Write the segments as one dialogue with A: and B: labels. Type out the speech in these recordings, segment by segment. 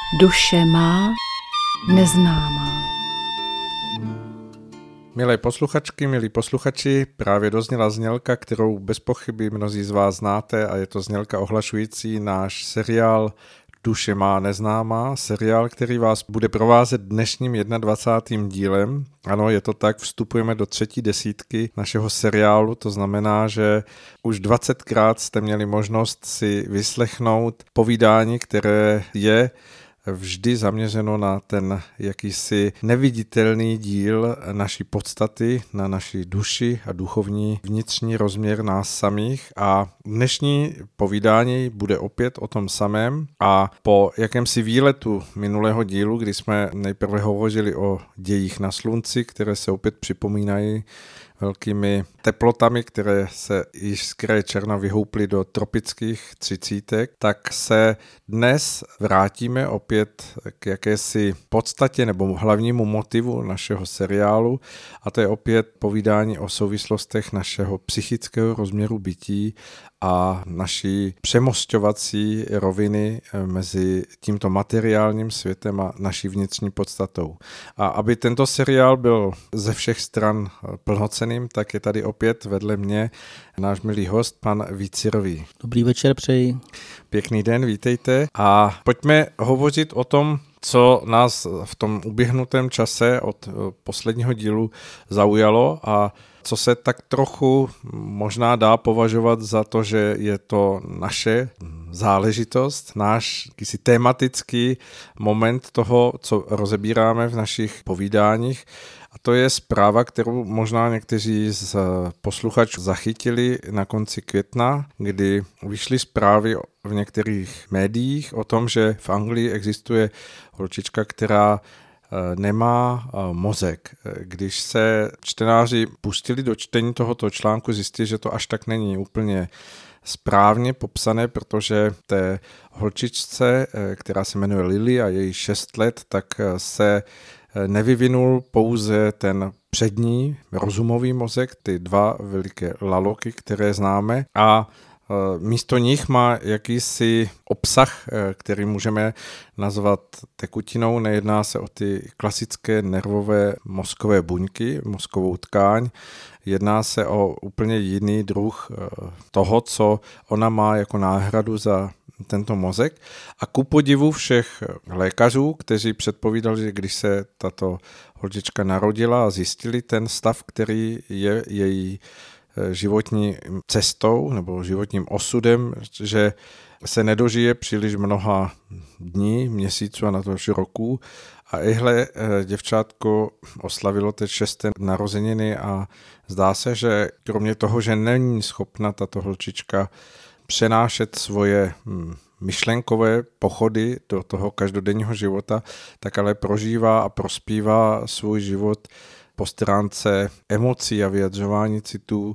A: Duše má neznámá.
B: Milé posluchačky, milí posluchači, právě dozněla znělka, kterou bez pochyby mnozí z vás znáte, a je to znělka ohlašující náš seriál Duše má neznámá, seriál, který vás bude provázet dnešním 21. dílem. Ano, je to tak, vstupujeme do 3. desítky našeho seriálu, to znamená, že už 20krát jste měli možnost si vyslechnout povídání, které je vždy zaměřeno na ten jakýsi neviditelný díl naší podstaty, na naší duši a duchovní vnitřní rozměr nás samých. A dnešní povídání bude opět o tom samém a po jakémsi výletu minulého dílu, kdy jsme nejprve hovořili o dějích na slunci, které se opět připomínají velkými teplotami, které se již z kraje června vyhouply do tropických 30, tak se dnes vrátíme opět k jakési podstatě nebo hlavnímu motivu našeho seriálu, a to je opět povídání o souvislostech našeho psychického rozměru bytí a naší přemosťovací roviny mezi tímto materiálním světem a naší vnitřní podstatou. A aby tento seriál byl ze všech stran plnoceným, tak je tady opět vedle mě náš milý host, pan Vít Syrový.
C: Dobrý večer přeji.
B: Pěkný den, vítejte. A pojďme hovořit o tom, co nás v tom uběhnutém čase od posledního dílu zaujalo a co se tak trochu možná dá považovat za to, že je to naše záležitost, náš jakýsi tematický moment toho, co rozebíráme v našich povídáních. A to je zpráva, kterou možná někteří z posluchačů zachytili na konci května, kdy vyšly zprávy v některých médiích o tom, že v Anglii existuje holčička, která nemá mozek. Když se čtenáři pustili do čtení tohoto článku, zjistili, že to až tak není úplně správně popsané, protože té holčičce, která se jmenuje Lily a je jí 6 let, tak se nevyvinul pouze ten přední rozumový mozek, ty 2 veliké laloky, které známe, a místo nich má jakýsi obsah, který můžeme nazvat tekutinou. Nejedná se o ty klasické nervové mozkové buňky, mozkovou tkáň. Jedná se o úplně jiný druh toho, co ona má jako náhradu za tento mozek. A ku podivu všech lékařů, kteří předpovídali, že když se tato holčička narodila a zjistili ten stav, který je její životní cestou nebo životním osudem, že se nedožije příliš mnoha dní, měsíců a natož roků. A ihle děvčátko oslavilo teď 6. narozeniny a zdá se, že kromě toho, že není schopna tato holčička přenášet svoje myšlenkové pochody do toho každodenního života, tak ale prožívá a prospívá svůj život po stránce emocí a vyjadřování citů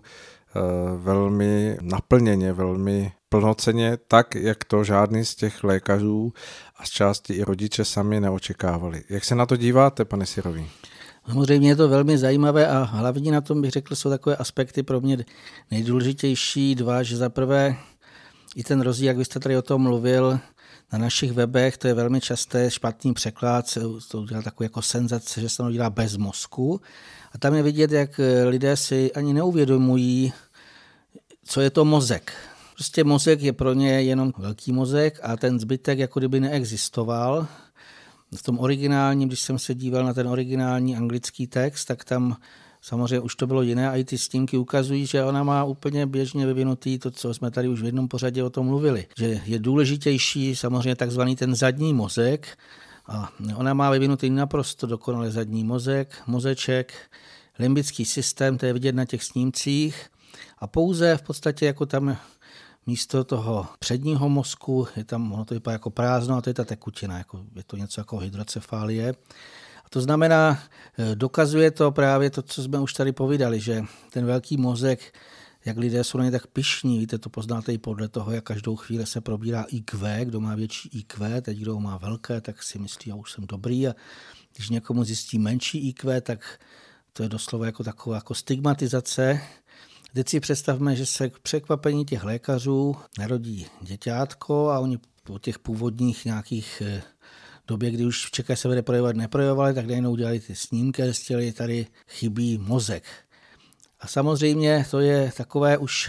B: velmi naplněně, velmi plnocenně, tak, jak to žádný z těch lékařů a z části i rodiče sami neočekávali. Jak se na to díváte, pane Syrový?
C: Samozřejmě je to velmi zajímavé a hlavně na tom bych řekl, jsou takové aspekty pro mě nejdůležitější 2, že za prvé i ten rozdíl, jak vy jste tady o tom mluvil, na našich webech, to je velmi časté špatný překlad, to udělá takový jako senzace, že se to dělá bez mozku. A tam je vidět, jak lidé si ani neuvědomují, co je to mozek. Prostě mozek je pro ně jenom velký mozek a ten zbytek jako kdyby neexistoval. V tom originálním, když jsem se díval na ten originální anglický text, tak tam samozřejmě už to bylo jiné a i ty snímky ukazují, že ona má úplně běžně vyvinutý to, co jsme tady už v jednom pořadě o tom mluvili. Že je důležitější samozřejmě takzvaný ten zadní mozek a ona má vyvinutý naprosto dokonale zadní mozek, mozeček, limbický systém, to je vidět na těch snímcích a pouze v podstatě jako tam místo toho předního mozku je tam, ono to vypadá jako prázdno a to je ta tekutina, jako, je to něco jako hydrocefálie. To znamená, dokazuje to právě to, co jsme už tady povídali, že ten velký mozek, jak lidé jsou na ně tak pyšní, víte, to poznáte i podle toho, jak každou chvíli se probírá IQ, kdo má větší IQ, teď kdo má velké, tak si myslí, já už jsem dobrý, a když někomu zjistí menší IQ, tak to je doslova jako taková jako stigmatizace. Teď si představme, že se k překvapení těch lékařů narodí děťátko a oni po těch původních nějakých době, kdy už v Čechách se projevovat neprojevovali, tak najednou udělali ty snímky a zjistili, tady chybí mozek. A samozřejmě to je takové už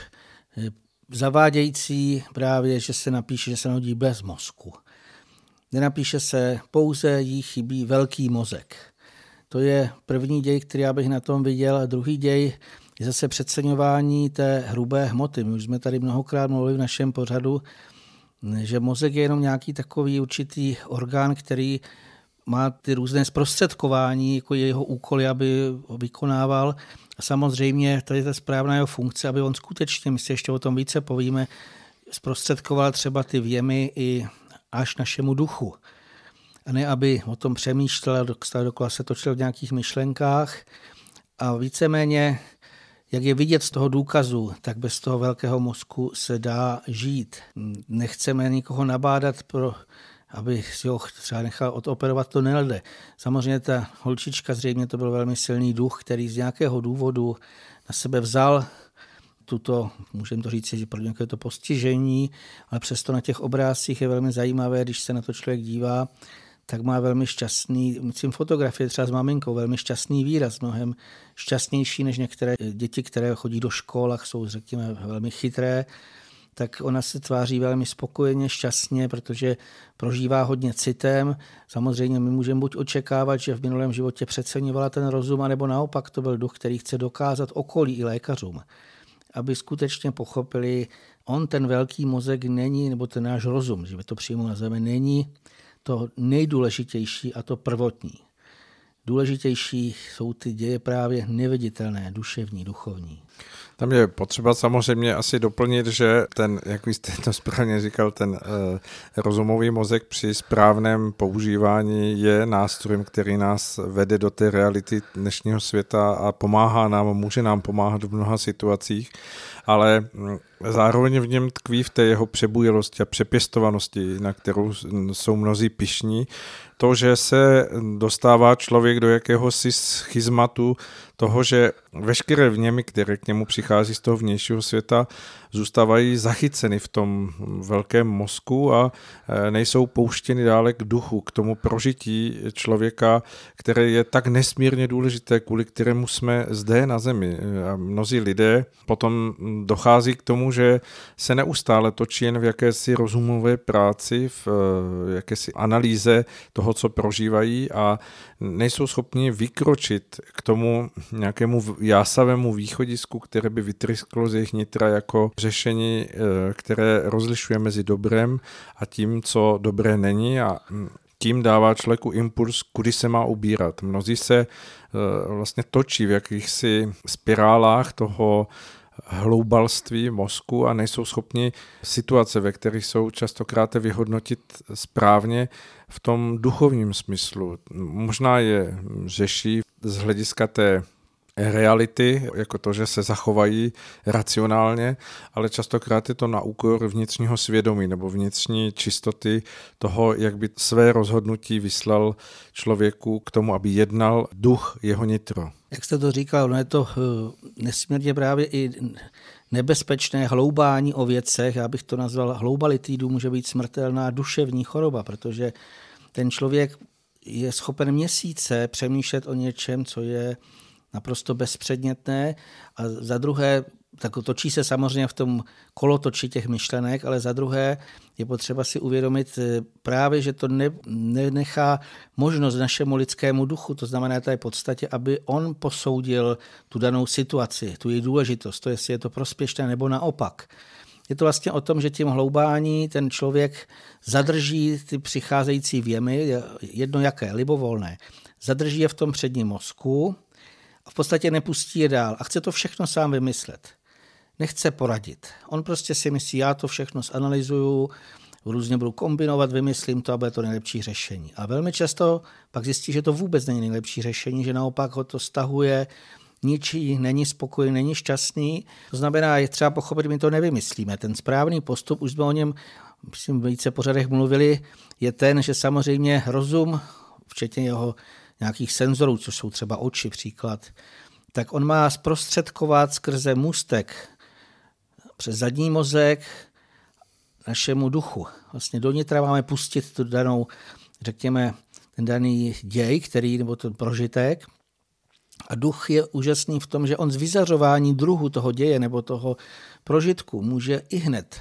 C: zavádějící právě, že se napíše, že se narodí bez mozku. Nenapíše se, pouze jí chybí velký mozek. To je první děj, který já bych na tom viděl. A druhý děj je zase přeceňování té hrubé hmoty. My už jsme tady mnohokrát mluvili v našem pořadu, že mozek je jenom nějaký takový určitý orgán, který má ty různé zprostředkování, jako jeho úkoly, aby ho vykonával. A samozřejmě tady je ta správná jeho funkce, aby on skutečně, my si ještě o tom více povíme, zprostředkoval třeba ty věmy i až našemu duchu. A ne, aby o tom přemýšlel, dokola se točil v nějakých myšlenkách. A víceméně, jak je vidět z toho důkazu, tak bez toho velkého mozku se dá žít. Nechceme nikoho nabádat, aby si ho třeba nechal odoperovat, to nelze. Samozřejmě ta holčička, zřejmě to byl velmi silný duch, který z nějakého důvodu na sebe vzal tuto, můžeme to říct, že pro nějaké to postižení, ale přesto na těch obrázcích je velmi zajímavé, když se na to člověk dívá, tak má velmi šťastný, myslím fotografie třeba s maminkou, velmi šťastný výraz, mnohem šťastnější než některé děti, které chodí do škol a jsou, řekněme, velmi chytré, tak ona se tváří velmi spokojeně, šťastně, protože prožívá hodně citem. Samozřejmě my můžeme buď očekávat, že v minulém životě přeceňovala ten rozum, anebo naopak to byl duch, který chce dokázat okolí i lékařům, aby skutečně pochopili, on ten velký mozek není, nebo ten náš rozum, že by to přímo nazveme, není to nejdůležitější a to prvotní. Důležitější jsou ty děje právě neviditelné, duševní, duchovní.
B: Tam je potřeba samozřejmě asi doplnit, že ten, jak jste to správně říkal, ten rozumový mozek při správném používání je nástrojem, který nás vede do té reality dnešního světa a pomáhá nám, může nám pomáhat v mnoha situacích, ale zároveň v něm tkví v té jeho přebujelosti a přepěstovanosti, na kterou jsou mnozí pyšní, to, že se dostává člověk do jakéhosi schizmatu toho, že veškeré vněmy, které k němu přichází z toho vnějšího světa, zůstávají zachyceny v tom velkém mozku a nejsou pouštěny dále k duchu, k tomu prožití člověka, které je tak nesmírně důležité, kvůli kterému jsme zde na zemi. A mnozí lidé potom dochází k tomu, že se neustále točí jen v jakési rozumové práci, v jakési analýze toho, co prožívají a nejsou schopni vykročit k tomu nějakému jásavému východisku, které by vytrysklo z jejich nitra jako řešení, které rozlišuje mezi dobrem a tím, co dobré není a tím dává člověku impuls, kudy se má ubírat. Mnozí se vlastně točí v jakýchsi spirálách toho hloubalství mozku a nejsou schopni situace, ve kterých jsou častokrát vyhodnotit správně v tom duchovním smyslu. Možná je řeší z hlediska té reality, jako to, že se zachovají racionálně, ale častokrát je to na úkor vnitřního svědomí nebo vnitřní čistoty toho, jak by své rozhodnutí vyslal člověku k tomu, aby jednal duch jeho nitro.
C: Jak jste to říkal, no je to nesmírně právě i nebezpečné hloubání o věcech, já bych to nazval hloubalitídu, může být smrtelná duševní choroba, protože ten člověk je schopen měsíce přemýšlet o něčem, co je naprosto bezpředmětné a za druhé, tak točí se samozřejmě v tom kolotoči těch myšlenek, ale za druhé je potřeba si uvědomit právě, že to nenechá možnost našemu lidskému duchu, to znamená té podstatě, aby on posoudil tu danou situaci, tu její důležitost, to jestli je to prospěšné nebo naopak. Je to vlastně o tom, že tím hloubání ten člověk zadrží ty přicházející věmy, jedno jaké, libovolné, zadrží je v tom předním mozku, a v podstatě nepustí je dál a chce to všechno sám vymyslet. Nechce poradit. On prostě si myslí, já to všechno zanalyzuju, různě budu kombinovat, vymyslím to a bude to nejlepší řešení. A velmi často pak zjistí, že to vůbec není nejlepší řešení, že naopak ho to stahuje, ničí, není spokojený, není šťastný. To znamená, je třeba pochopit, my to nevymyslíme. Ten správný postup, už jsme o něm myslím, v více pořadech mluvili, je ten, že samozřejmě rozum, včetně jeho nějakých senzorů, což jsou třeba oči příklad, tak on má zprostředkovat skrze můstek přes zadní mozek našemu duchu. Vlastně do nitra máme pustit tu danou řekněme, ten daný děj, nebo ten prožitek. A duch je úžasný v tom, že on z vyzařování druhu toho děje nebo toho prožitku může i hned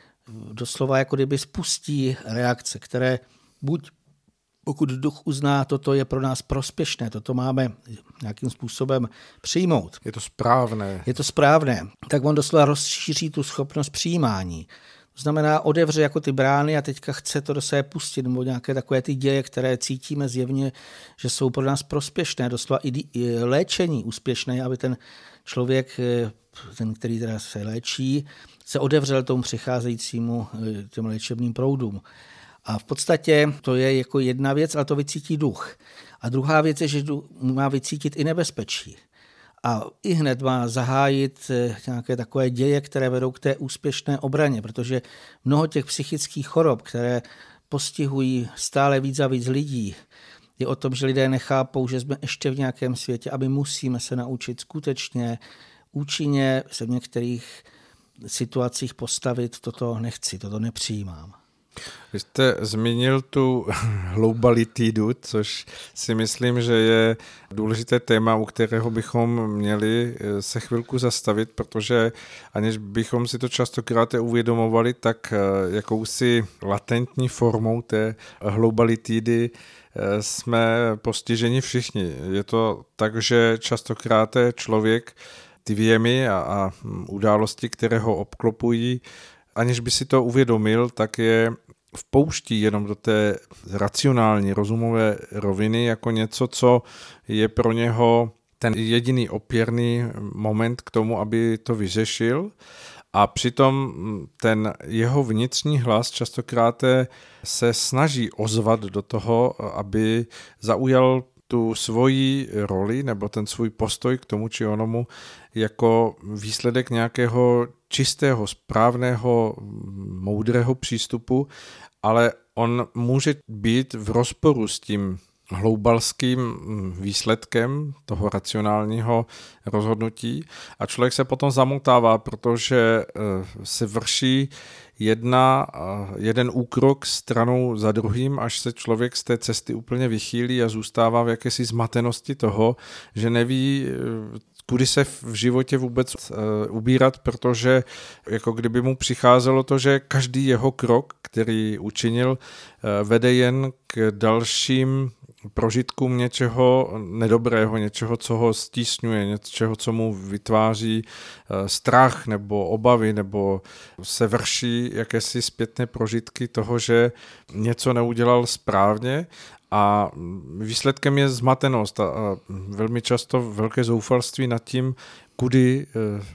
C: doslova jako kdyby spustí reakce, které buď pokud duch uzná, toto je pro nás prospěšné, toto máme nějakým způsobem přijmout.
B: Je to správné.
C: Je to správné. Tak on doslova rozšíří tu schopnost přijímání. To znamená, otevře jako ty brány a teďka chce to do sebe pustit, nebo nějaké takové ty děje, které cítíme zjevně, že jsou pro nás prospěšné, doslova i léčení úspěšné, aby ten člověk, ten, který teda se léčí, se otevřel tomu přicházejícímu těm léčebným proudům. A v podstatě to je jako jedna věc, ale to vycítí duch. A druhá věc je, že má vycítit i nebezpečí. A i hned má zahájit nějaké takové děje, které vedou k té úspěšné obraně, protože mnoho těch psychických chorob, které postihují stále víc a víc lidí, je o tom, že lidé nechápou, že jsme ještě v nějakém světě a my musíme se naučit skutečně účinně se v některých situacích postavit. Toto nechci, toto nepřijímám.
B: Vy jste zmínil tu globalitídu, což si myslím, že je důležité téma, u kterého bychom měli se chvilku zastavit, protože aniž bychom si to častokrát uvědomovali, tak jakousi latentní formou té globalitídy jsme postiženi všichni. Je to tak, že častokrát člověk ty věmy a události, které ho obklopují, aniž by si to uvědomil, tak je vpouští jenom do té racionální, rozumové roviny jako něco, co je pro něho ten jediný opěrný moment k tomu, aby to vyřešil. A přitom ten jeho vnitřní hlas častokrát se snaží ozvat do toho, aby zaujal tu svoji roli nebo ten svůj postoj k tomu či onomu jako výsledek nějakého čistého, správného, moudrého přístupu, ale on může být v rozporu s tím hloubalským výsledkem toho racionálního rozhodnutí a člověk se potom zamotává, protože se vrší jeden úkrok stranou za druhým, až se člověk z té cesty úplně vychýlí a zůstává v jakési zmatenosti toho, že neví, kudy se v životě vůbec ubírat, protože jako kdyby mu přicházelo to, že každý jeho krok, který učinil, vede jen k dalším prožitkům něčeho nedobrého, něčeho, co ho stísňuje, něčeho, co mu vytváří strach nebo obavy, nebo se vrší jakési zpětné prožitky toho, že něco neudělal správně a výsledkem je zmatenost a velmi často velké zoufalství nad tím, kudy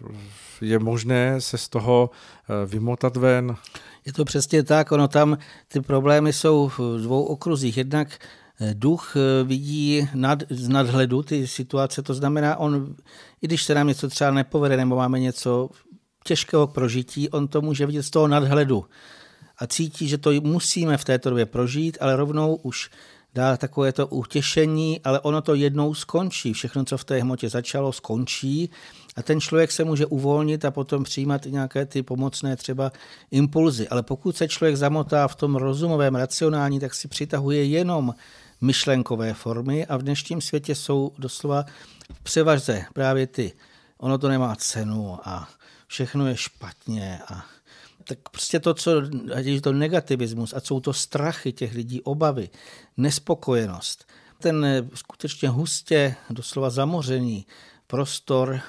B: je možné se z toho vymotat ven.
C: Je to přesně tak, ono tam ty problémy jsou v dvou okruzích. Jednak duch vidí z nadhledu ty situace, to znamená, i když se nám něco třeba nepovede nebo máme něco těžkého k prožití, on to může vidět z toho nadhledu a cítí, že to musíme v této době prožít, ale rovnou už dá takové to utěšení, ale ono to jednou skončí. Všechno, co v té hmotě začalo, skončí a ten člověk se může uvolnit a potom přijímat i nějaké ty pomocné třeba impulzy. Ale pokud se člověk zamotá v tom rozumovém racionální, tak si přitahuje jenom myšlenkové formy a v dnešním světě jsou doslova v převaze právě ty. Ono to nemá cenu a všechno je špatně a tak prostě to, ať je to negativismus a jsou to strachy těch lidí, obavy, nespokojenost. Ten skutečně hustě doslova zamořený prostor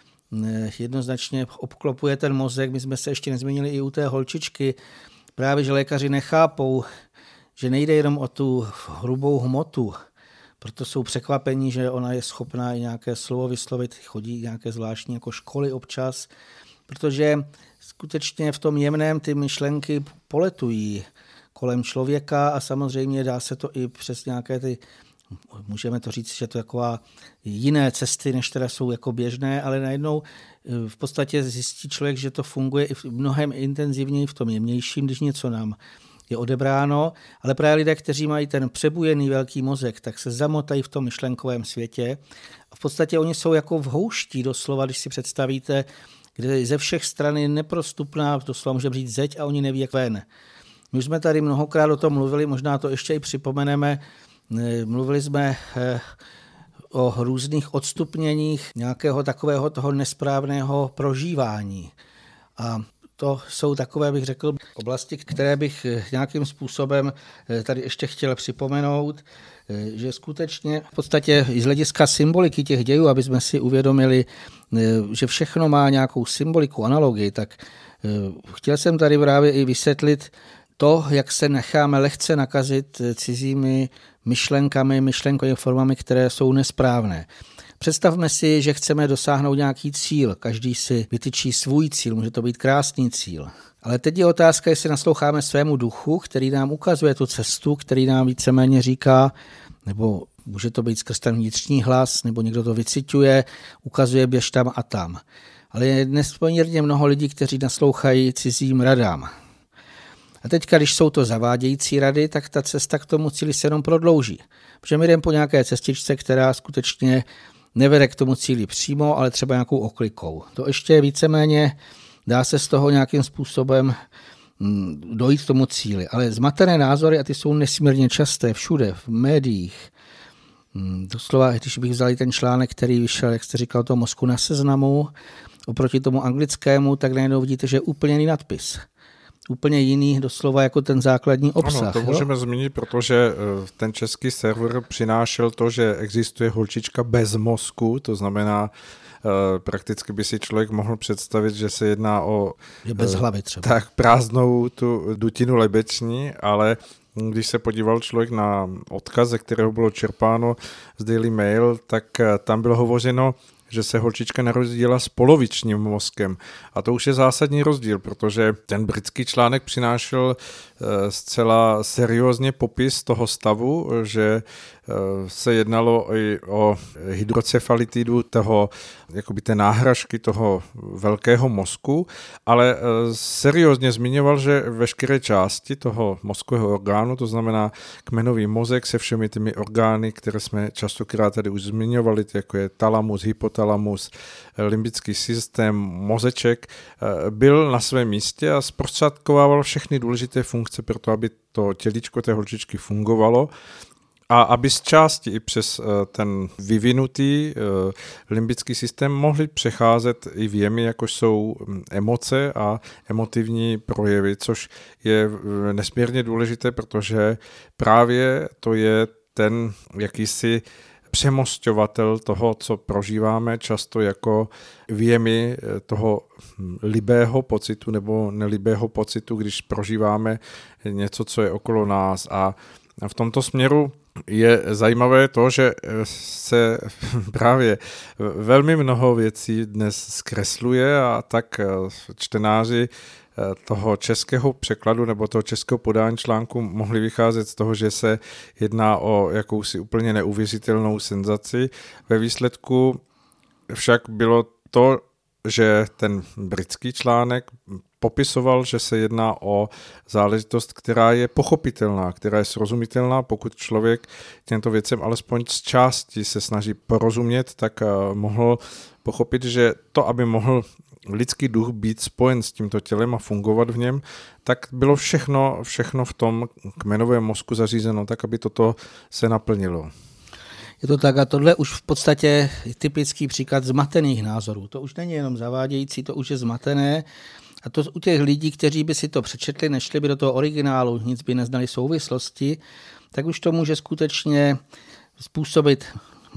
C: jednoznačně obklopuje ten mozek. My jsme se ještě nezmínili i u té holčičky. Právě, že lékaři nechápou, že nejde jenom o tu hrubou hmotu, proto jsou překvapení, že ona je schopná i nějaké slovo vyslovit, chodí nějaké zvláštní jako školy občas, protože skutečně v tom jemném ty myšlenky poletují kolem člověka a samozřejmě dá se to i přes nějaké ty, můžeme to říct, že to je taková jiné cesty, než které jsou jako běžné, ale najednou v podstatě zjistí člověk, že to funguje i mnohem intenzivněji v tom jemnějším, když něco nám je odebráno, ale právě lidé, kteří mají ten přebujený velký mozek, tak se zamotají v tom myšlenkovém světě a v podstatě oni jsou jako v houští doslova, když si představíte, kde ze všech stran je neprostupná, doslova může říct zeď a oni neví, jak ven. My jsme tady mnohokrát o tom mluvili, možná to ještě i připomeneme. Mluvili jsme o různých odstupněních nějakého takového toho nesprávného prožívání. A to jsou takové, bych řekl, oblasti, které bych nějakým způsobem tady ještě chtěl připomenout, že skutečně v podstatě i z hlediska symboliky těch dějů, aby jsme si uvědomili, že všechno má nějakou symboliku, analogii, tak chtěl jsem tady právě i vysvětlit to, jak se necháme lehce nakazit cizími myšlenkami, myšlenkovými formami, které jsou nesprávné. Představme si, že chceme dosáhnout nějaký cíl, každý si vytyčí svůj cíl, může to být krásný cíl. Ale teď je otázka, jestli nasloucháme svému duchu, který nám ukazuje tu cestu, který nám víceméně říká, nebo může to být skrz ten vnitřní hlas, nebo někdo to vyciťuje, ukazuje běž tam a tam. Ale je nespoměrně mnoho lidí, kteří naslouchají cizím radám. A teď, když jsou to zavádějící rady, tak ta cesta k tomu cíli se jenom prodlouží. Protože my jdeme po nějaké cestičce, která skutečně nevede k tomu cíli přímo, ale třeba nějakou oklikou. To ještě víceméně dá se z toho nějakým způsobem dojít k tomu cíli. Ale zmatené názory, a ty jsou nesmírně časté všude, v médiích. Doslova, když bych vzal ten článek, který vyšel, jak jste říkal, toho Mozku na Seznamu, oproti tomu anglickému, tak najednou vidíte, že je úplně jiný nadpis. Úplně jiný doslova jako ten základní obsah.
B: Ano, to můžeme zmínit, protože ten český server přinášel to, že existuje holčička bez mozku, to znamená, prakticky by si člověk mohl představit, že se jedná o
C: bez hlavy třeba.
B: Tak prázdnou tu dutinu lebeční, ale když se podíval člověk na odkaz, ze kterého bylo čerpáno z Daily Mail, tak tam bylo hovořeno, že se holčička narodila s polovičním mozkem. A to už je zásadní rozdíl, protože ten britský článek přinášel zcela seriózně popis toho stavu, že se jednalo i o hydrocefalitidu toho, jakoby té náhražky toho velkého mozku, ale seriózně zmiňoval, že veškeré části toho mozkového orgánu, to znamená kmenový mozek se všemi těmi orgány, které jsme častokrát tady už zmiňovali, jako je talamus, hypotalamus, limbický systém, mozeček, byl na svém místě a zprostředkovával všechny důležité funkce pro to, aby to tělíčko té holčičky fungovalo a aby z části i přes ten vyvinutý limbický systém mohly přecházet i věmy, jako jsou emoce a emotivní projevy, což je nesmírně důležité, protože právě to je ten jakýsi přemosťovatel toho, co prožíváme, často jako věmy toho libého pocitu nebo nelibého pocitu, když prožíváme něco, co je okolo nás. A v tomto směru je zajímavé to, že se právě velmi mnoho věcí dnes zkresluje a tak čtenáři toho českého překladu nebo toho českého podání článku mohli vycházet z toho, že se jedná o jakousi úplně neuvěřitelnou senzaci. Ve výsledku však bylo to, že ten britský článek popisoval, že se jedná o záležitost, která je pochopitelná, která je srozumitelná, pokud člověk těmto věcem alespoň z části se snaží porozumět, tak mohl pochopit, že to, aby mohl lidský duch být spojen s tímto tělem a fungovat v něm, tak bylo všechno v tom kmenovém mozku zařízeno, tak aby toto se naplnilo.
C: Je to tak a tohle už v podstatě je typický příklad zmatených názorů. To už není jenom zavádějící, to už je zmatené. A to u těch lidí, kteří by si to přečetli, nešli by do toho originálu, nic by neznali souvislosti, tak už to může skutečně způsobit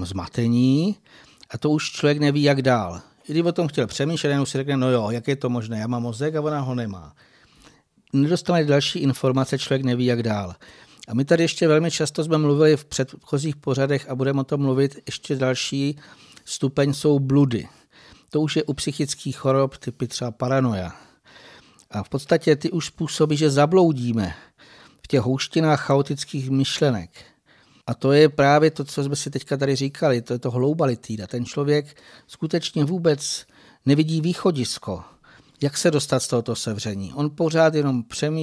C: zmatení a to už člověk neví, jak dál. Když o tom chtěl přemýšlet, jenom si řekne, no jo, jak je to možné, já mám mozek a ona ho nemá. Nedostane další informace, člověk neví, jak dál. A my tady ještě velmi často jsme mluvili v předchozích pořadech a budeme o tom mluvit, ještě další stupeň jsou bludy. To už je u psychických chorob typy třeba paranoia. A v podstatě ty už způsobí, že zabloudíme v těch houštinách chaotických myšlenek. A to je právě to, co jsme si teďka tady říkali, to je to globality. A ten člověk skutečně vůbec nevidí východisko, jak se dostat z tohoto sevření. On pořád jenom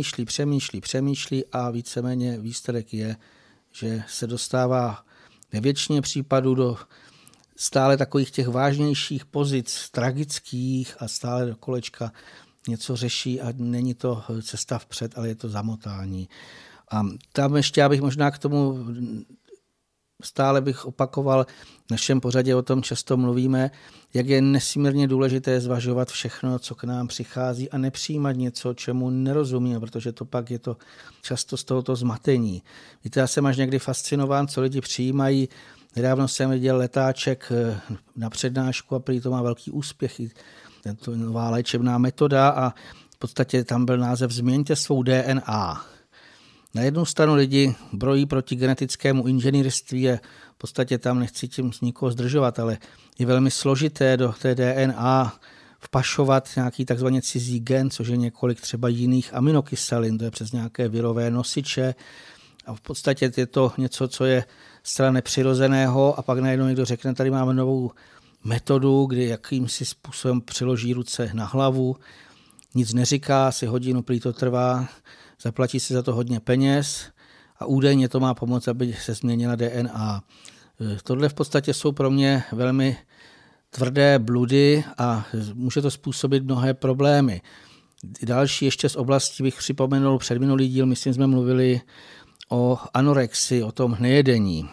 C: přemýšlí a víceméně výsledek je, že se dostává ve většině případů do stále takových těch vážnějších pozic, tragických a stále do kolečka něco řeší a není to cesta vpřed, ale je to zamotání. A tam ještě, abych možná k tomu stále bych opakoval, v našem pořadě o tom často mluvíme, jak je nesmírně důležité zvažovat všechno, co k nám přichází a nepřijímat něco, čemu nerozumíme, protože to pak je to často z tohoto zmatení. Víte, já jsem až někdy fascinován, co lidi přijímají. Nedávno jsem viděl letáček na přednášku a prý to má velký úspěch. To je nová léčebná metoda a v podstatě tam byl název Změňte svou DNA. Na jednu stranu lidi brojí proti genetickému inženýrství a v podstatě tam nechci tím nikoho zdržovat, ale je velmi složité do té DNA vpašovat nějaký takzvaně cizí gen, což je několik třeba jiných aminokyselin, to je přes nějaké virové nosiče a v podstatě je to něco, co je zcela nepřirozeného a pak najednou někdo řekne, tady máme novou metodu, kdy jakýmsi způsobem přiloží ruce na hlavu, nic neříká, asi hodinu prý to trvá, zaplatí si za to hodně peněz a údajně to má pomoct, aby se změnila DNA. Tohle v podstatě jsou pro mě velmi tvrdé bludy a může to způsobit mnohé problémy. Další ještě z oblasti bych připomenul předminulý díl, myslím, jsme mluvili o anorexii, o tom nejedení.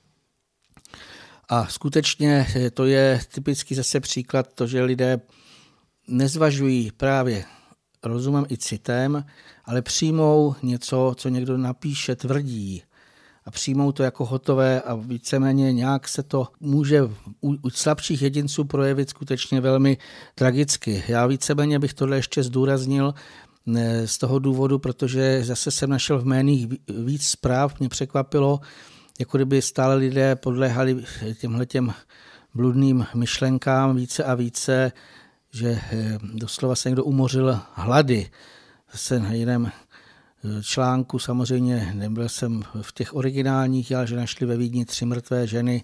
C: A skutečně to je typický zase příklad to, že lidé nezvažují právě rozumem i citem, ale přijmou něco, co někdo napíše, tvrdí a přijmou to jako hotové a víceméně nějak se to může u slabších jedinců projevit skutečně velmi tragicky. Já víceméně bych tohle ještě zdůraznil z toho důvodu, protože zase jsem našel v médiích víc zpráv, mě překvapilo, jako kdyby stále lidé podléhali těmhletěm bludným myšlenkám více a více, že doslova se někdo umořil hlady. Zase na jiném článku, samozřejmě nebyl jsem v těch originálních, ale že našli ve Vídni 3 mrtvé ženy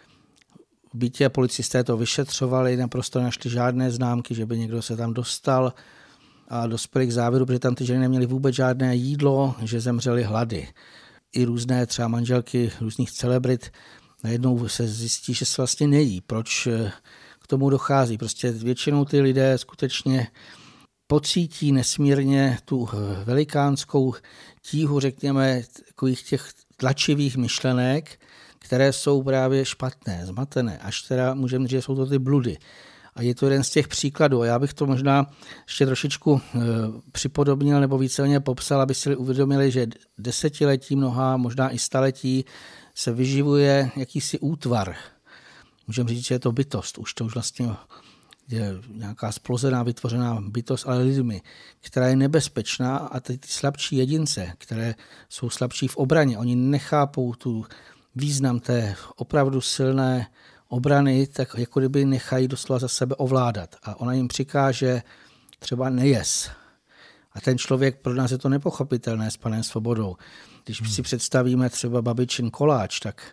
C: v bytě a policisté to vyšetřovali, naprosto našli žádné známky, že by někdo se tam dostal a dospěli k závěru, protože tam ty ženy neměly vůbec žádné jídlo, že zemřely hlady. I různé třeba manželky různých celebrit najednou se zjistí, že se vlastně nejí. Proč k tomu dochází? Prostě většinou ty lidé skutečně pocítí nesmírně tu velikánskou tíhu, řekněme, takových těch tlačivých myšlenek, které jsou právě špatné, zmatené, až teda můžeme říct, že jsou to ty bludy. A je to jeden z těch příkladů. A já bych to možná ještě trošičku připodobnil nebo víceméně popsal, aby si uvědomili, že desetiletí, mnoha, možná i staletí se vyživuje jakýsi útvar. Můžeme říct, že je to bytost. Už to už vlastně je nějaká splozená, vytvořená bytost, ale lidmi, která je nebezpečná a ty slabší jedince, které jsou slabší v obraně, oni nechápou tu význam té opravdu silné obrany, tak jako kdyby nechají doslova za sebe ovládat. A ona jim přikáže třeba nejes. A ten člověk, pro nás je to nepochopitelné s panem Svobodou. Když si představíme třeba babičin koláč, tak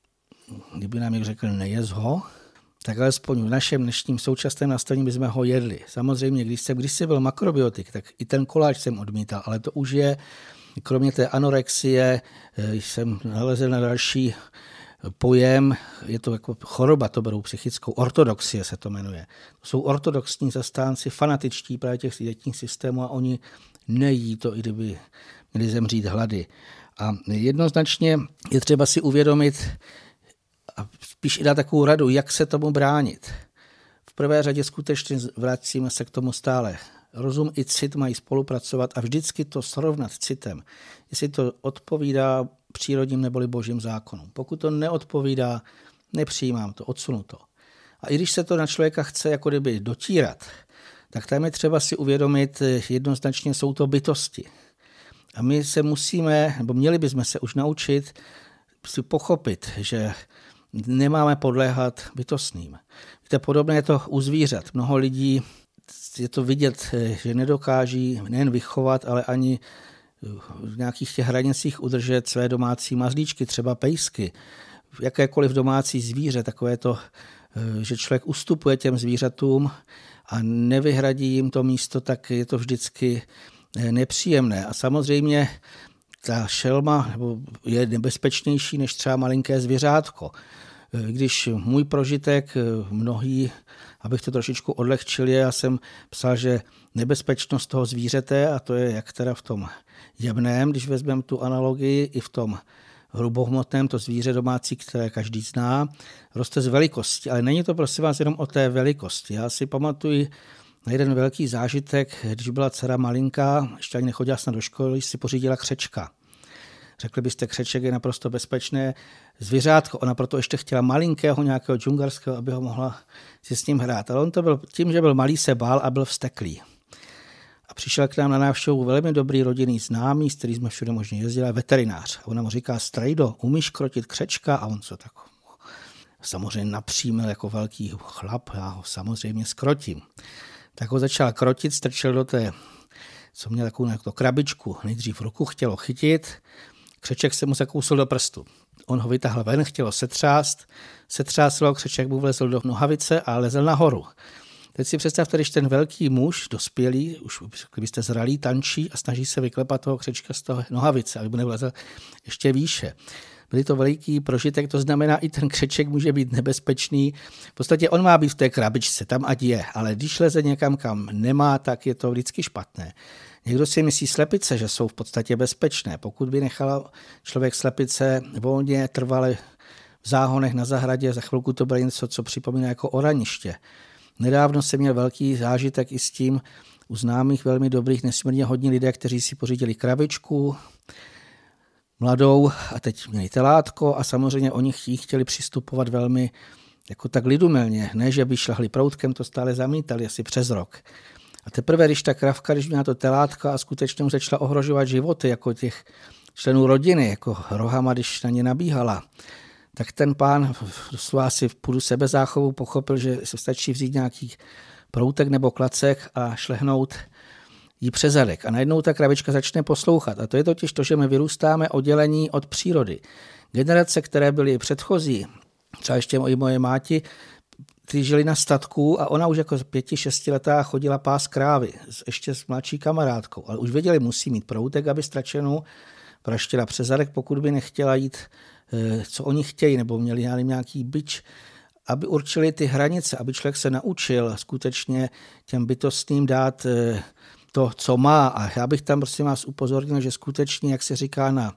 C: kdyby nám někdo řekl nejes ho, tak alespoň v našem dnešním současném nastavení bychom ho jedli. Samozřejmě, když jsem byl makrobiotik, tak i ten koláč jsem odmítal, ale to už je, kromě té anorexie, jsem nalezl na další pojem, je to jako choroba, to berou psychickou, ortodoxie se to jmenuje. To jsou ortodoxní zastánci, fanatičtí právě těch dietních systémů a oni nejí to, i kdyby měli zemřít hlady. A jednoznačně je třeba si uvědomit a spíš i dát takovou radu, jak se tomu bránit. V prvé řadě skutečně vracíme se k tomu stále. Rozum i cit mají spolupracovat a vždycky to srovnat citem, jestli to odpovídá přírodním neboli božím zákonům. Pokud to neodpovídá, nepřijímám to, odsunu to. A i když se to na člověka chce jako kdyby dotírat, tak tam je třeba si uvědomit, jednoznačně jsou to bytosti. A my se musíme, nebo měli bychom se už naučit si pochopit, že nemáme podléhat bytostným. Víte, podobné je to u zvířat. Mnoho lidí je to vidět, že nedokáží nejen vychovat, ale ani v nějakých těch hranicích udržet své domácí mazlíčky, třeba pejsky. Jakékoliv domácí zvíře, takové to, že člověk ustupuje těm zvířatům a nevyhradí jim to místo, tak je to vždycky nepříjemné. A samozřejmě ta šelma je nebezpečnější než třeba malinké zvěřátko. Když můj prožitek, mnohý, abych to trošičku odlehčil, já jsem psal, že nebezpečnost toho zvířete, a to je jak teda v tom jemném, když vezmeme tu analogii, i v tom hrubohmotném, to zvíře domácí, které každý zná, roste z velikosti. Ale není to prosím vás jenom o té velikosti. Já si pamatuju na jeden velký zážitek, když byla dcera malinká, ještě ani nechodila snad do školy, si pořídila křečka. Řekli byste, křeček je naprosto bezpečné zvířátko. Ona proto ještě chtěla malinkého nějakého džungarského, aby ho mohla si s ním hrát. Ale on to byl tím, že byl malý, se bál a byl vzteklý. A přišel k nám na návštěvu velmi dobrý rodinný známý, s kterým jsme všude možně jezdili, veterinář. A ona mu říká: Strejdo, umíš krotit křečka? A on co tak samozřejmě napřímil jako velký chlap, já ho samozřejmě skrotím. Tak ho začal krotit, strčil do té, co měl takovou krabičku, nejdřív ruku chtělo chytit, křeček se mu zakousl do prstu. On ho vytáhl ven, chtělo setřáslo, křeček mu vlezl do nohavice a lezl nahoru. Teď si představte, když ten velký muž, dospělý, už kdybyste zralý, tančí a snaží se vyklepat toho křečka z toho nohavice, aby mu nevlezl ještě výše. Byl to veliký prožitek, to znamená, i ten křeček může být nebezpečný. V podstatě on má být v té krabičce, tam ať je, ale když leze někam, kam nemá, tak je to vždycky špatné. Někdo si myslí slepice, že jsou v podstatě bezpečné. Pokud by nechal člověk slepice volně trvale v záhonech na zahradě, za chvilku to bylo něco, co připomíná jako oraniště. Nedávno jsem měl velký zážitek i s tím u známých velmi dobrých, nesmírně hodní lidé, kteří si pořídili krabičku mladou a teď měli telátko a samozřejmě oni chtěli přistupovat velmi jako tak lidumelně. Ne, že by šlahli proutkem, to stále zamítali asi přes rok. A teprve, když ta kravka, když měla to telátko a skutečně mu začala ohrožovat životy jako těch členů rodiny, jako rohama, když na ně nabíhala, tak ten pán doslova si v půdu sebezáchovu pochopil, že se stačí vzít nějaký proutek nebo klacek a šlehnout jí přes zadek. A najednou ta krabička začne poslouchat. A to je totiž to, že my vyrůstáme oddělení od přírody. Generace, které byly předchozí, třeba ještě i moje máti, ty žili na statku a ona už jako 5-6letá chodila pás krávy, ještě s mladší kamarádkou. Ale už věděli, musí mít proutek, aby stračenou praštila přes zadek, pokud by nechtěla jít, co oni chtějí, nebo měli nějaký bič, aby určili ty hranice, aby člověk se naučil skutečně těm bytostným dát to, co má. A já bych tam prosím vás upozornil, že skutečně, jak se říká na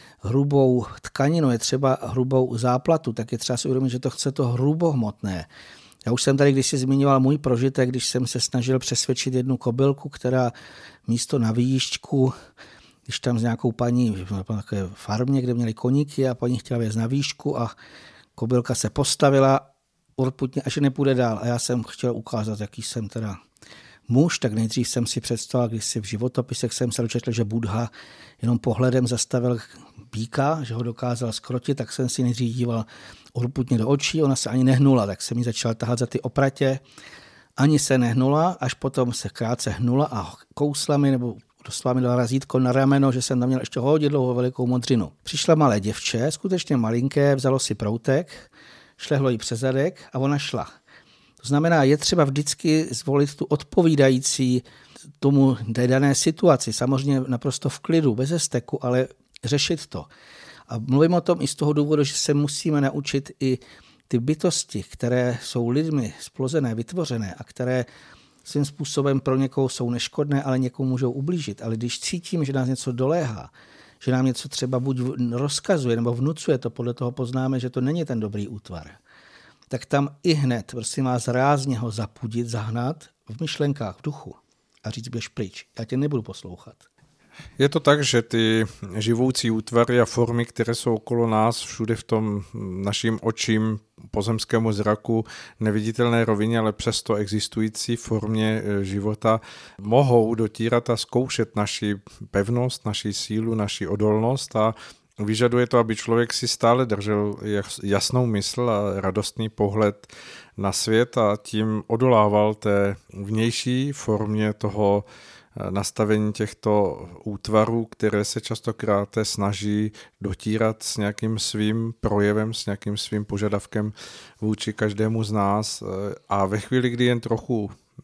C: hrubou tkaninu, je třeba hrubou záplatu, tak je třeba si uvědomit, že to chce to hrubohmotné. Já už jsem tady kdysi zmiňoval můj prožitek, když jsem se snažil přesvědčit jednu kobylku, která místo na výšku, když tam s nějakou paní na takové farmě, kde měli koníky a paní chtěla vést na výšku a kobylka se postavila urputně, až nepůjde dál. A já jsem chtěl ukázat, jaký jsem teda muž, tak nejdřív jsem si představil, když si v životopisech jsem se dočetl, že Buddha jenom pohledem zastavil býka, že ho dokázal skrotit, tak jsem si nejdřív díval urputně do očí, ona se ani nehnula, tak jsem ji začal tahat za ty opratě, ani se nehnula, až potom se krátce hnula a kousla mi, nebo doslova mi dala razítko na rameno, že jsem tam měl ještě hodně dlouho velikou modřinu. Přišla malé děvče, skutečně malinké, vzalo si proutek, šlehlo jí přes zadek a ona šla. To znamená, je třeba vždycky zvolit tu odpovídající tomu té dané situaci. Samozřejmě naprosto v klidu, bez steku, ale řešit to. A mluvím o tom i z toho důvodu, že se musíme naučit i ty bytosti, které jsou lidmi splozené, vytvořené a které svým způsobem pro někoho jsou neškodné, ale někomu můžou ublížit. Ale když cítím, že nás něco doléhá, že nám něco třeba buď rozkazuje nebo vnucuje, to podle toho poznáme, že to není ten dobrý útvar, tak tam i hned, prosím vás, rázně ho zapudit, zahnat v myšlenkách, v duchu a říct, běž pryč, já tě nebudu poslouchat.
B: Je to tak, že ty živoucí útvary a formy, které jsou okolo nás, všude v tom naším očím, pozemskému zraku, neviditelné rovině, ale přesto existující formě života, mohou dotírat a zkoušet naši pevnost, naši sílu, naši odolnost a vyžaduje to, aby člověk si stále držel jasnou mysl a radostný pohled na svět a tím odolával té vnější formě toho nastavení těchto útvarů, které se častokrát snaží dotírat s nějakým svým projevem, s nějakým svým požadavkem vůči každému z nás. A ve chvíli, kdy jen trochu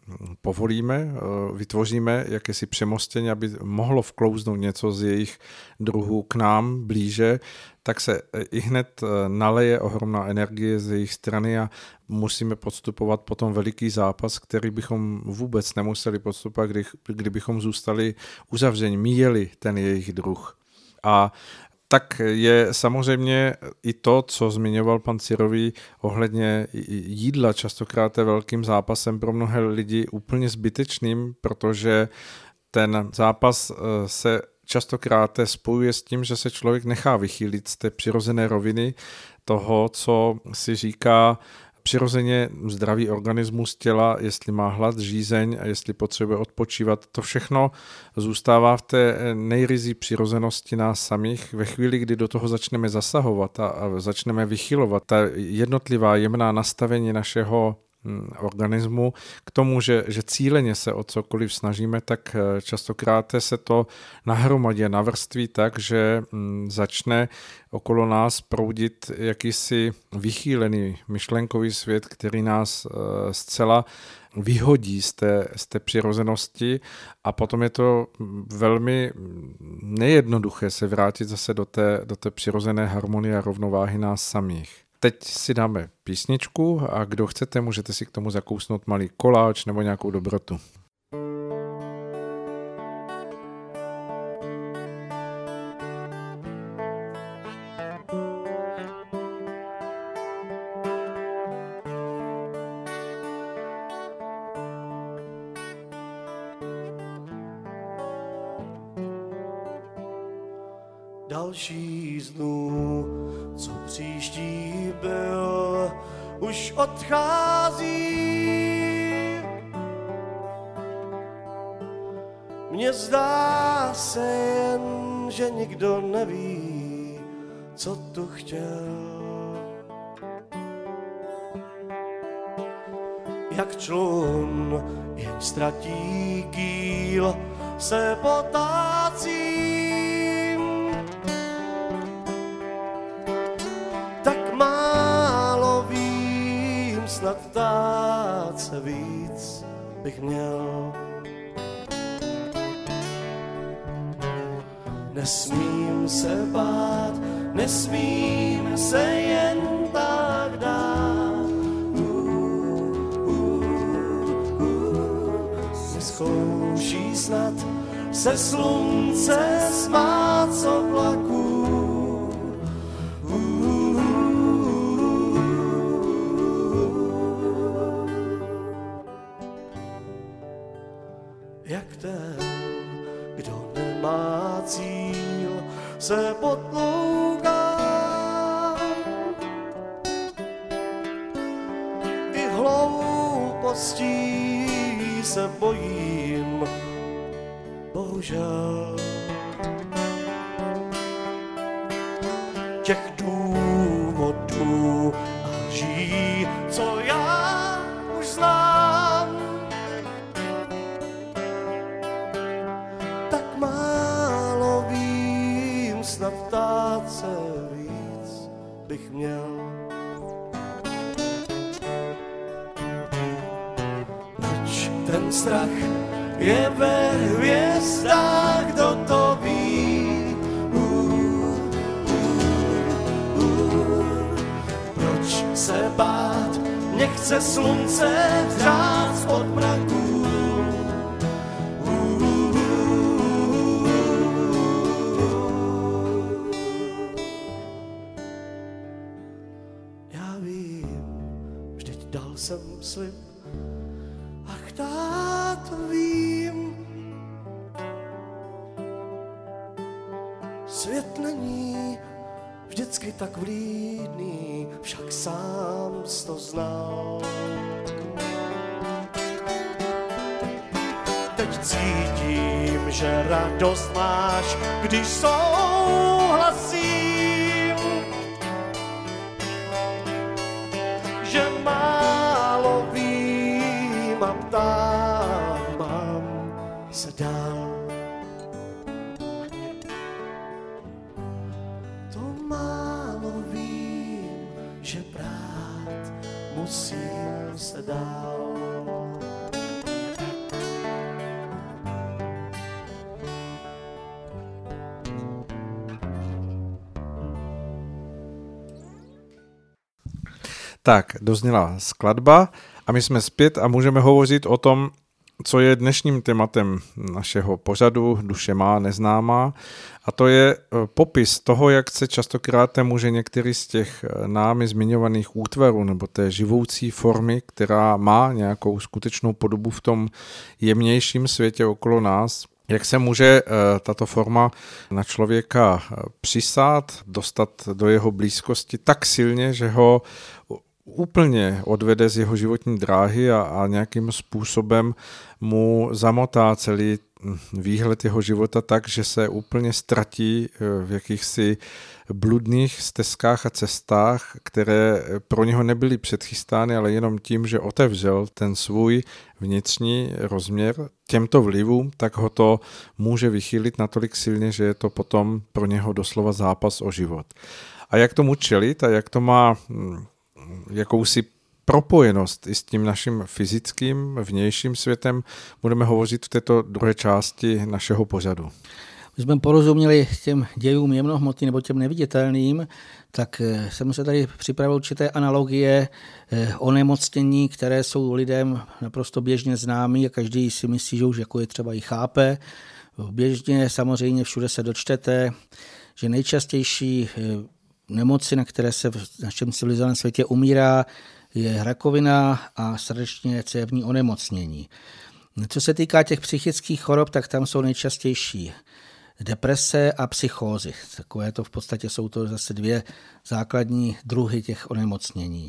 B: povolíme, vytvoříme jakési přemostění, aby mohlo vklouznout něco z jejich druhů k nám blíže, tak se i hned naleje ohromná energie z jejich strany a musíme podstupovat potom veliký zápas, který bychom vůbec nemuseli podstupovat, kdybychom zůstali uzavření, míjeli ten jejich druh. A tak je samozřejmě i to, co zmiňoval pan Cirový ohledně jídla, častokrát je velkým zápasem pro mnohé lidi úplně zbytečným, protože ten zápas se častokrát spojuje s tím, že se člověk nechá vychýlit z té přirozené roviny toho, co si říká přirozeně zdravý organismus těla, jestli má hlad, žízeň a jestli potřebuje odpočívat. To všechno zůstává v té nejryzí přirozenosti nás samých. Ve chvíli, kdy do toho začneme zasahovat a začneme vychylovat ta jednotlivá jemná nastavení našeho organismu k tomu, že cíleně se o cokoliv snažíme, tak častokrát se to nahromadě navrství tak, že začne okolo nás proudit jakýsi vychýlený myšlenkový svět, který nás zcela vyhodí z té přirozenosti a potom je to velmi nejednoduché se vrátit zase do té přirozené harmonie a rovnováhy nás samých. Teď si dáme písničku a kdo chcete, můžete si k tomu zakousnout malý koláč nebo nějakou dobrotu.
D: Další z dnů, co příští byl, už odchází. Mně zdá se jen, že nikdo neví, co tu chtěl. Jak člun, jen ztratí kýl, se potácí. Snad dát se víc bych měl. Nesmím se bát, nesmím se jen tak dát. Zkouší snad se slunce smát z oblaků. Jak ten, kdo nemá cíl, se potlouká. I hloupostí se bojím, bohužel. Těch důvodů a lží, co já už znám, tak málo vím, snad dát se víc bych měl. Proč ten strach je ve hvězdách, kdo to ví? Proč se bát, nechce slunce hřát spod mraků? Já vím, vždyť dal jsem slib, ach táto vím. Svět není vždycky tak vlídný, však sám jsi to znal. Teď cítím, že radost máš, když souhlasím, že málo vím a ptát mám se dál. To málo vím, že brát musím se dál.
B: Tak, dozněla skladba a my jsme zpět a můžeme hovořit o tom, co je dnešním tématem našeho pořadu Duše má, neznámá. A to je popis toho, jak se častokrát může některý z těch námi zmiňovaných útvarů nebo té živoucí formy, která má nějakou skutečnou podobu v tom jemnějším světě okolo nás, jak se může tato forma na člověka přisát, dostat do jeho blízkosti tak silně, že ho úplně odvede z jeho životní dráhy a nějakým způsobem mu zamotá celý výhled jeho života tak, že se úplně ztratí v jakýchsi bludných stezkách a cestách, které pro něho nebyly předchystány, ale jenom tím, že otevřel ten svůj vnitřní rozměr těmto vlivům, tak ho to může vychýlit natolik silně, že je to potom pro něho doslova zápas o život. A jak tomu čelit a jak to má jakousi propojenost i s tím naším fyzickým vnějším světem, budeme hovořit v této druhé části našeho pořadu.
C: My jsme porozuměli těm dějům jemnohmotným nebo těm neviditelným, tak jsem se tady připravil určité analogie onemocnění, které jsou lidem naprosto běžně známý a každý si myslí, že už jako je třeba i chápe. Běžně samozřejmě všude se dočtete, že nejčastější nemoci, na které se v našem civilizovaném světě umírá, je rakovina a srdečně cévní onemocnění. Co se týká těch psychických chorob, tak tam jsou nejčastější deprese a psychózy. Takové to v podstatě jsou to zase dvě základní druhy těch onemocnění.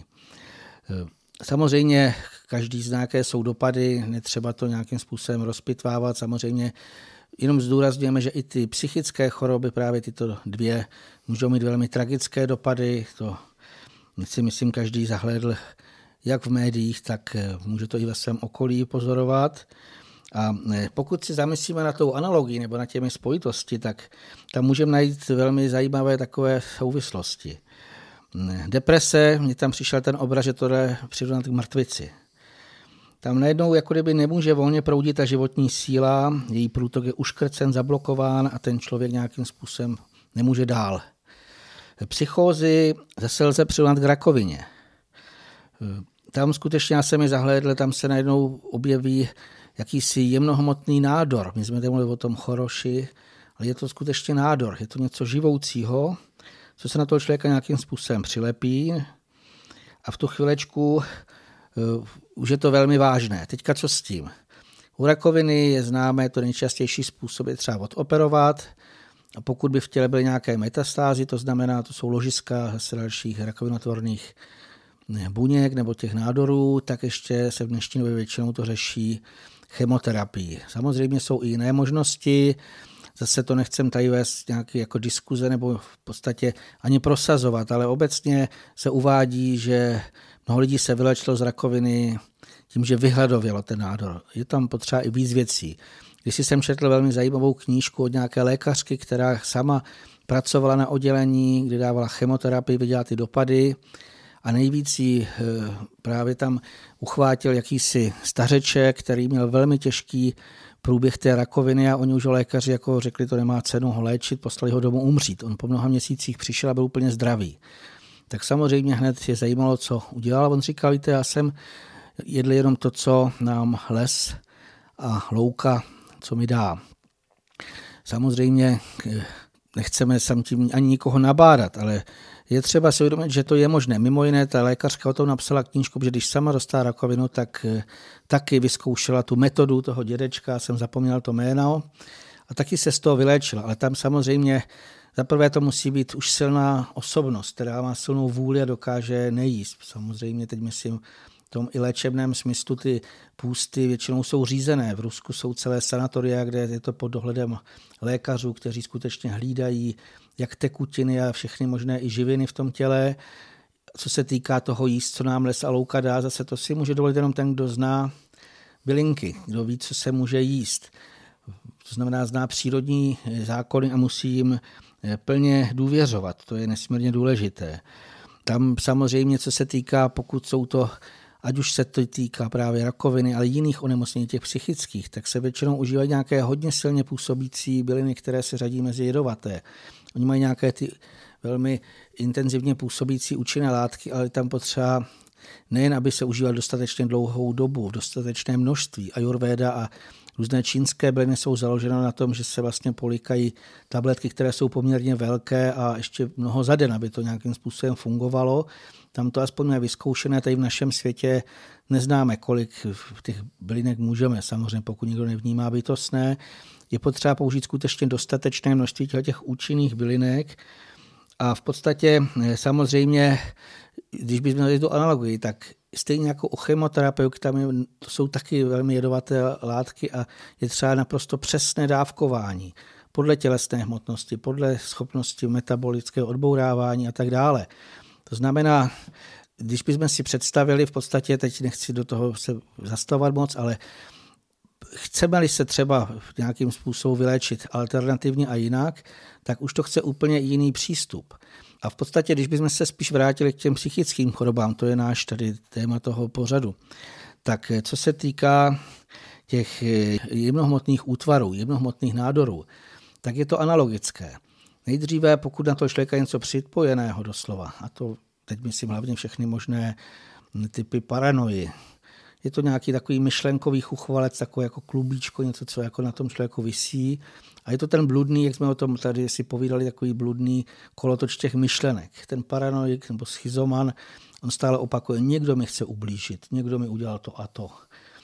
C: Samozřejmě každý zná, jaké jsou dopady, netřeba to nějakým způsobem rozpitvávat. Samozřejmě jenom zdůrazňujeme, že i ty psychické choroby, právě tyto dvě, můžou mít velmi tragické dopady. To si myslím, každý zahlédl jak v médiích, tak může to i ve svém okolí pozorovat. A pokud si zamyslíme na tou analogii nebo na těmi spojitosti, tak tam můžeme najít velmi zajímavé takové souvislosti. Deprese, mně tam přišel ten obraz, že to jde přirovnat k mrtvici. Tam najednou jako kdyby nemůže volně proudit ta životní síla, její průtok je uškrcen, zablokován a ten člověk nějakým způsobem nemůže dál. Psychózy zase lze přirovnat k rakovině. Tam skutečně já jsem je zahlédl, tam se najednou objeví jakýsi jemnohmotný nádor. My jsme tady mluvili o tom choroši, ale je to skutečně nádor. Je to něco živoucího, co se na toho člověka nějakým způsobem přilepí a v tu chvilečku už je to velmi vážné. Teďka co s tím? U rakoviny je známé, to nejčastější způsob je třeba odoperovat. A pokud by v těle byly nějaké metastázy, to znamená, to jsou ložiska zase dalších rakovinotvorných buněk nebo těch nádorů, tak ještě se v dnešní době většinou to řeší chemoterapii. Samozřejmě jsou i jiné možnosti, zase to nechcem tady vést nějaké jako diskuze nebo v podstatě ani prosazovat, ale obecně se uvádí, že mnoho lidí se vylečilo z rakoviny tím, že vyhladovělo ten nádor. Je tam potřeba i víc věcí. Když jsem četl velmi zajímavou knížku od nějaké lékařky, která sama pracovala na oddělení, kde dávala chemoterapii, viděla ty dopady a nejvíc jí právě tam uchvátil jakýsi stařeček, který měl velmi těžký průběh té rakoviny a oni už lékaři jako řekli, to nemá cenu ho léčit, poslali ho domů umřít. On po mnoha měsících přišel a byl úplně zdravý. Tak samozřejmě hned je zajímalo, co udělal. On říkal, víte, já jsem jedl jenom to, co nám les a louka, co mi dá. Samozřejmě nechceme sam tím ani nikoho nabádat, ale je třeba si uvědomit, že to je možné. Mimo jiné, ta lékařka o tom napsala knížku, že když sama dostala rakovinu, tak taky vyzkoušela tu metodu toho dědečka, jsem zapomněl to jméno, a taky se z toho vyléčila. Ale tam samozřejmě zaprvé to musí být už silná osobnost, která má silnou vůli a dokáže nejíst. Samozřejmě teď myslím, v tom i léčebném smyslu ty půsty většinou jsou řízené. V Rusku jsou celé sanatoria, kde je to pod dohledem lékařů, kteří skutečně hlídají jak tekutiny a všechny možné i živiny v tom těle. Co se týká toho jíst, co nám les a louka dá, zase to si může dovolit jenom ten, kdo zná bylinky, kdo ví, co se může jíst. To znamená, zná přírodní zákony a musí jim plně důvěřovat. To je nesmírně důležité. Tam samozřejmě, co se týká, pokud jsou to, ať už se to týká právě rakoviny, ale jiných onemocnění těch psychických, tak se většinou užívají nějaké hodně silně působící byliny, které se řadí mezi jedovaté. Oni mají nějaké ty velmi intenzivně působící účinné látky, ale tam potřeba Nejen, aby se užíval dostatečně dlouhou dobu, v dostatečné množství. Ajurvéda a různé čínské byliny jsou založeny na tom, že se vlastně polikají tabletky, které jsou poměrně velké a ještě mnoho za den, aby to nějakým způsobem fungovalo. Tam to aspoň je vyzkoušené, tady v našem světě neznáme, kolik těch bylinek můžeme. Samozřejmě, pokud někdo nevnímá bytostné, je potřeba použít skutečně dostatečné množství těch účinných bylinek. A v podstatě samozřejmě, když bychom měli tu analogii, tak stejně jako u chemoterapeut, tam to jsou taky velmi jedovaté látky a je třeba naprosto přesné dávkování podle tělesné hmotnosti, podle schopnosti metabolického odbourávání a tak dále. To znamená, když bychom si představili, v podstatě teď nechci do toho se zastavovat moc, ale chceme-li se třeba nějakým způsobem vyléčit alternativně a jinak, tak už to chce úplně jiný přístup. A v podstatě, když bychom se spíš vrátili k těm psychickým chorobám, to je náš tady téma toho pořadu, tak co se týká těch jemnohmotných útvarů, jemnohmotných nádorů, tak je to analogické. Nejdříve, pokud na to člověka něco připojeného doslova, a to teď myslím hlavně všechny možné typy paranoji, je to nějaký takový myšlenkový chuchvalec, takový jako klubíčko, něco, co jako na tom člověku visí. A je to ten bludný, jak jsme o tom tady si povídali, takový bludný kolotoč těch myšlenek. Ten paranoik nebo schizoman, on stále opakuje, někdo mi chce ublížit, někdo mi udělal to a to.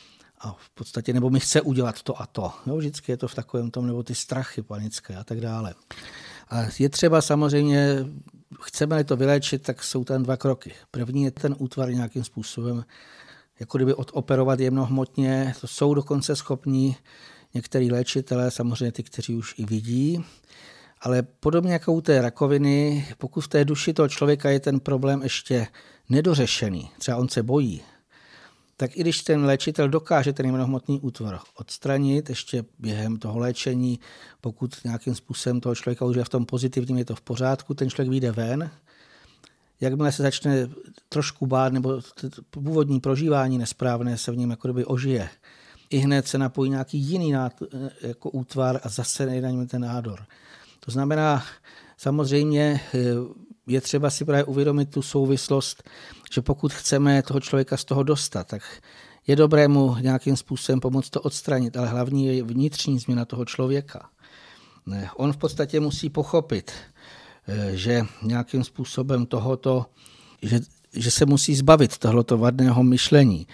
C: A v podstatě, nebo mi chce udělat to a to. Jo, vždycky je to v takovém tom, nebo ty strachy panické a tak dále. A je třeba samozřejmě, chceme-li to vyléčit, tak jsou tam 2 kroky. První je ten útvar nějakým způsobem jako kdyby odoperovat jemnohmotně, to jsou dokonce schopní některý léčitelé, samozřejmě ty, kteří už i vidí, ale podobně jako u té rakoviny, pokud v té duši toho člověka je ten problém ještě nedořešený, třeba on se bojí, tak i když ten léčitel dokáže ten jemnohmotný útvar odstranit ještě během toho léčení, pokud nějakým způsobem toho člověka už je v tom pozitivním, je to v pořádku, ten člověk vyjde ven, jakmile se začne trošku bát, nebo původní prožívání nesprávné se v něm jako kdyby ožije, i hned se napojí nějaký jiný jako útvar a zase nejde na něm ten nádor. To znamená, samozřejmě je třeba si právě uvědomit tu souvislost, že pokud chceme toho člověka z toho dostat, tak je dobré mu nějakým způsobem pomoct to odstranit, ale hlavní je vnitřní změna toho člověka. On v podstatě musí pochopit, že nějakým způsobem tohoto, že se musí zbavit tohoto vadného myšlení.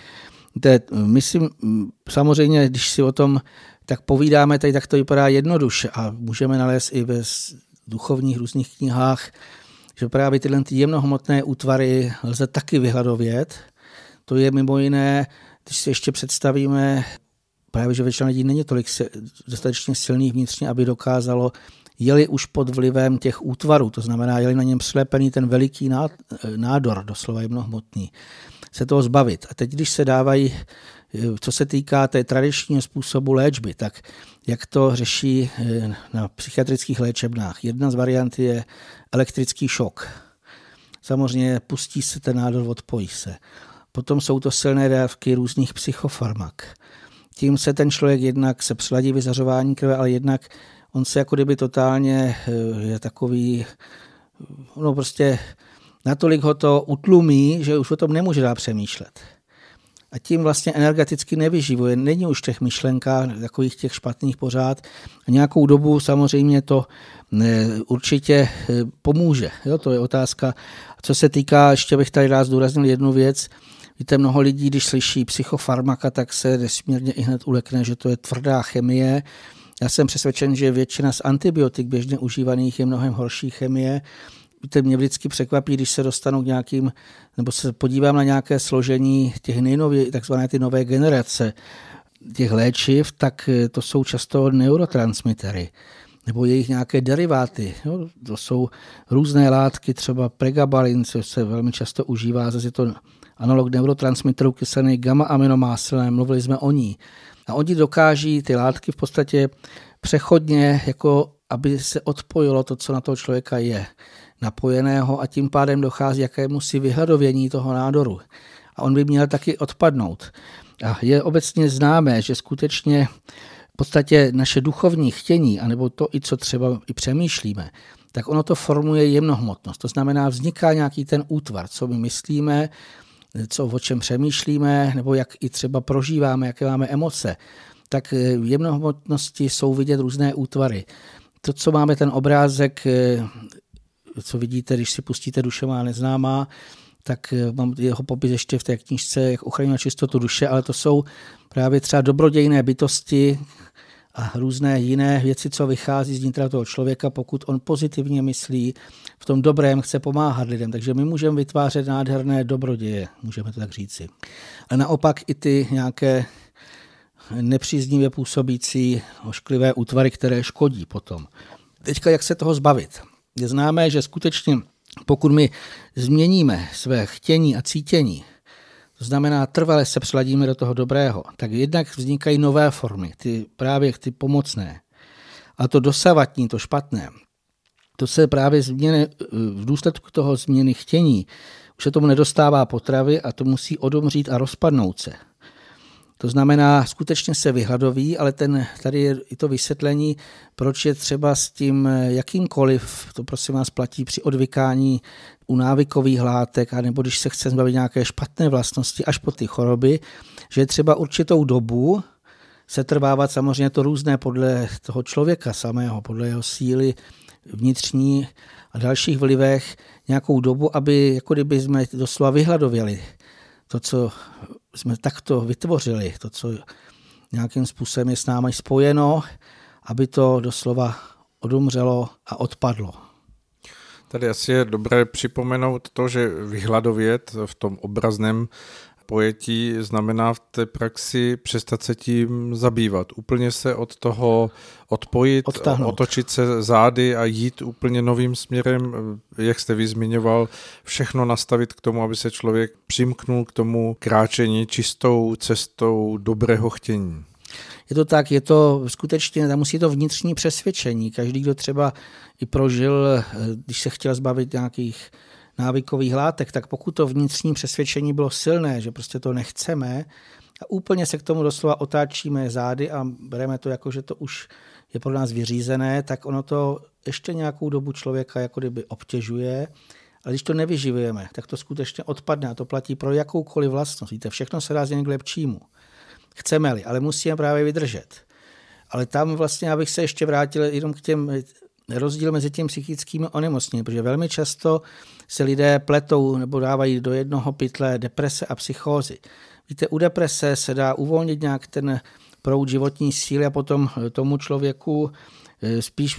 C: Myslím, samozřejmě, když si o tom tak povídáme, tak to vypadá jednoduše a můžeme nalézt i ve duchovních různých knihách, že právě tyhle jemnohmotné útvary lze taky vyhladovět. To je mimo jiné, když si ještě představíme, právě, že většina lidí není tolik dostatečně silných vnitřně, aby dokázalo, jeli už pod vlivem těch útvarů, to znamená, jeli na něm přilepený ten veliký nádor, doslova jemnohmotný, se toho zbavit. A teď, když se dávají, co se týká té tradičního způsobu léčby, tak jak to řeší na psychiatrických léčebnách. Jedna z variant je elektrický šok. Samozřejmě pustí se ten nádor, odpojí se. Potom jsou to silné dávky různých psychofarmak. Tím se ten člověk jednak se přiladí vyzařování krve, ale jednak on se jako kdyby totálně je takový, no prostě natolik ho to utlumí, že už o tom nemůže dál přemýšlet. A tím vlastně energeticky nevyživuje. Není už v těch myšlenkách takových těch špatných pořád. A nějakou dobu samozřejmě to určitě pomůže. Jo, to je otázka. Co se týká, ještě bych tady rád zdůraznil jednu věc. Víte, mnoho lidí, když slyší psychofarmaka, tak se nesmírně i hned ulekne, že to je tvrdá chemie. Já jsem přesvědčen, že většina z antibiotik běžně užívaných je mnohem horší chemie. Víte, mě vždycky překvapí, když se dostanu k nějakým, nebo se podívám na nějaké složení těch nejnovějších, takzvané ty nové generace těch léčiv, tak to jsou často neurotransmitery nebo jejich nějaké deriváty. Jo? To jsou různé látky, třeba pregabalin, co se velmi často užívá, zase je to analog neurotransmiterů kyseliny gamma-aminomáselné, mluvili jsme o ní. A oni dokáží ty látky v podstatě přechodně, jako aby se odpojilo to, co na toho člověka je napojeného a tím pádem dochází jakémusi vyhladovění toho nádoru. A on by měl taky odpadnout. A je obecně známé, že skutečně v podstatě naše duchovní chtění, anebo to, i co třeba i přemýšlíme, tak ono to formuje jemnohmotnost. To znamená, vzniká nějaký ten útvar, co my myslíme, o čem přemýšlíme, nebo jak i třeba prožíváme, jaké máme emoce, tak v jemnohmotnosti jsou vidět různé útvary. To, co máme ten obrázek, co vidíte, když si pustíte Duše má neznámá, tak mám jeho popis ještě v té knížce, jak ochraňovat čistotu duše, ale to jsou právě třeba dobrodějné bytosti a různé jiné věci, co vychází z nitra toho člověka, pokud on pozitivně myslí, v tom dobrém chce pomáhat lidem. Takže my můžeme vytvářet nádherné dobroděje, můžeme to tak říci. Ale naopak i ty nějaké nepříznivě působící ošklivé útvary, které škodí potom. Teďka jak se toho zbavit? Je známé, že skutečně pokud my změníme své chtění a cítění, to znamená trvale se přeladíme do toho dobrého, tak jednak vznikají nové formy, právě ty pomocné. A to dosavadní, to špatné, to se právě v důsledku toho změny chtění, už se tomu nedostává potravy a to musí odomřít a rozpadnout se. To znamená, skutečně se vyhladoví, ale tady je i to vysvětlení, proč je třeba s tím jakýmkoliv, to prosím vás platí při odvykání u návykových látek, anebo když se chce zbavit nějaké špatné vlastnosti až po ty choroby, že je třeba určitou dobu se trvávat, samozřejmě to různé podle toho člověka samého, podle jeho síly vnitřní a dalších vlivech, nějakou dobu, aby jako kdyby jsme doslova vyhladověli to, co jsme takto vytvořili, to, co nějakým způsobem je s námi spojeno, aby to doslova odumřelo a odpadlo.
B: Tady asi je dobré připomenout to, že vyhladovět v tom obrazném pojetí znamená v té praxi přestat se tím zabývat. Úplně se od toho odpojit, otočit se zády a jít úplně novým směrem, jak jste vy zmiňoval, všechno nastavit k tomu, aby se člověk přimknul k tomu kráčení čistou cestou dobrého chtění.
C: Je to tak, je to skutečně, tam musí to vnitřní přesvědčení. Každý, kdo třeba i prožil, když se chtěl zbavit nějakých návykových látek, tak pokud to vnitřní přesvědčení bylo silné, že prostě to nechceme a úplně se k tomu doslova otáčíme zády a bereme to jako, že to už je pro nás vyřízené, tak ono to ještě nějakou dobu člověka jako kdyby obtěžuje, ale když to nevyživujeme, tak to skutečně odpadne a to platí pro jakoukoliv vlastnost. Víte, všechno se dá změnit k lepšímu. Chceme-li, ale musíme právě vydržet. Ale tam vlastně, abych se ještě vrátil jenom k těm rozdíl mezi těmi psychickými onemocněními, protože velmi často se lidé pletou nebo dávají do jednoho pytle deprese a psychózy. Víte, u deprese se dá uvolnit nějak ten proud životní síly a potom tomu člověku spíš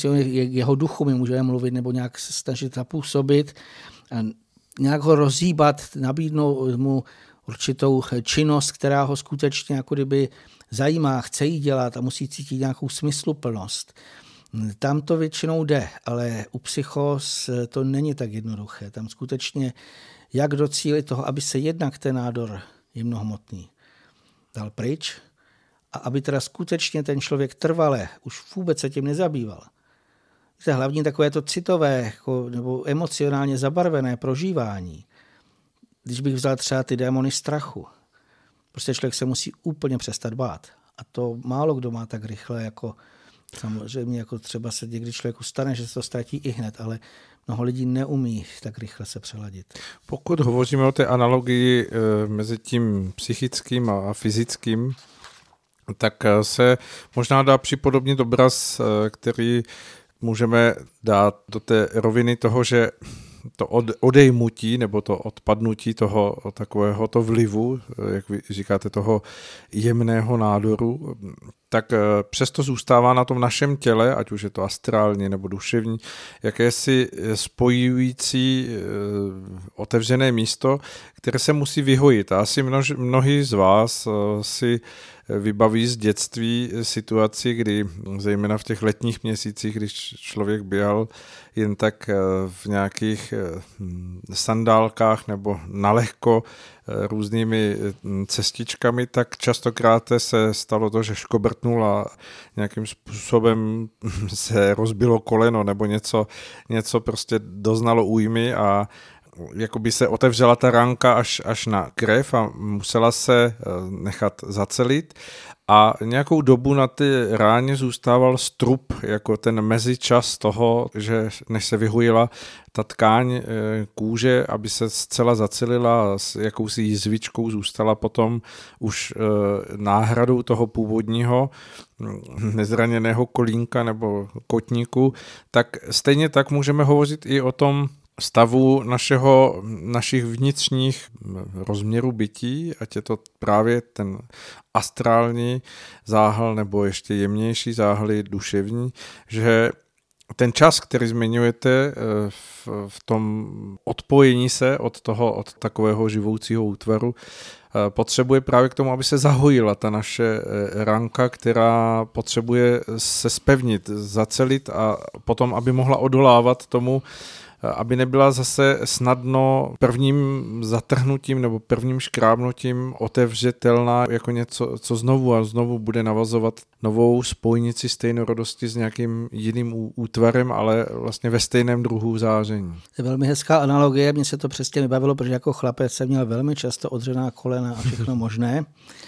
C: jeho duchu my můžeme mluvit nebo nějak se snažit zapůsobit a nějak ho rozhýbat, nabídnout mu určitou činnost, která ho skutečně jako kdyby zajímá, chce jí dělat a musí cítit nějakou smysluplnost. Tam to většinou jde, ale u psychóz to není tak jednoduché. Tam skutečně jak docílit toho, aby se jednak ten nádor jemnohmotný dal pryč a aby teda skutečně ten člověk trvale už vůbec se tím nezabýval. To hlavně takové to citové jako, nebo emocionálně zabarvené prožívání. Když bych vzal třeba ty démony strachu, prostě člověk se musí úplně přestat bát. A to málo kdo má tak rychle, jako samozřejmě jako třeba se někdy člověku stane, že se to ztratí i hned, ale mnoho lidí neumí tak rychle se přeladit.
B: Pokud hovoříme o té analogii mezi tím psychickým a fyzickým, tak se možná dá připodobnit obraz, který můžeme dát do té roviny toho, že to odejmutí nebo to odpadnutí toho takovéhoto vlivu, jak vy říkáte, toho jemného nádoru, tak přesto zůstává na tom našem těle, ať už je to astrální nebo duševní, jakési spojující otevřené místo, které se musí vyhojit. A asi mnohí z vás si vybaví z dětství situaci, kdy zejména v těch letních měsících, když člověk běhal jen tak v nějakých sandálkách nebo nalehko různými cestičkami, tak častokrát se stalo to, že škobrtnul a nějakým způsobem se rozbilo koleno nebo něco prostě doznalo újmy a jakoby se otevřela ta ránka až na krev a musela se nechat zacelit. A nějakou dobu na ty ráně zůstával strup, jako ten mezičas toho, že než se vyhojila ta tkáň kůže, aby se zcela zacelila a s jakousi jizvičkou zůstala potom už náhradou toho původního nezraněného kolínka nebo kotníku, tak stejně tak můžeme hovořit i o tom stavu našich vnitřních rozměrů bytí, ať je to právě ten astrální záhal nebo ještě jemnější záhaly duševní, že ten čas, který zmiňujete v tom odpojení se od takového živoucího útvaru, potřebuje právě k tomu, aby se zahojila ta naše ranka, která potřebuje se zpevnit, zacelit a potom, aby mohla odolávat tomu, aby nebyla zase snadno prvním zatrhnutím nebo prvním škrábnutím otevřitelná jako něco, co znovu a znovu bude navazovat novou spojnici stejnorodosti s nějakým jiným útvarem, ale vlastně ve stejném druhu záření.
C: To je velmi hezká analogie, mně se to přesně vybavilo, protože jako chlapec jsem měl velmi často odřená kolena a všechno možné.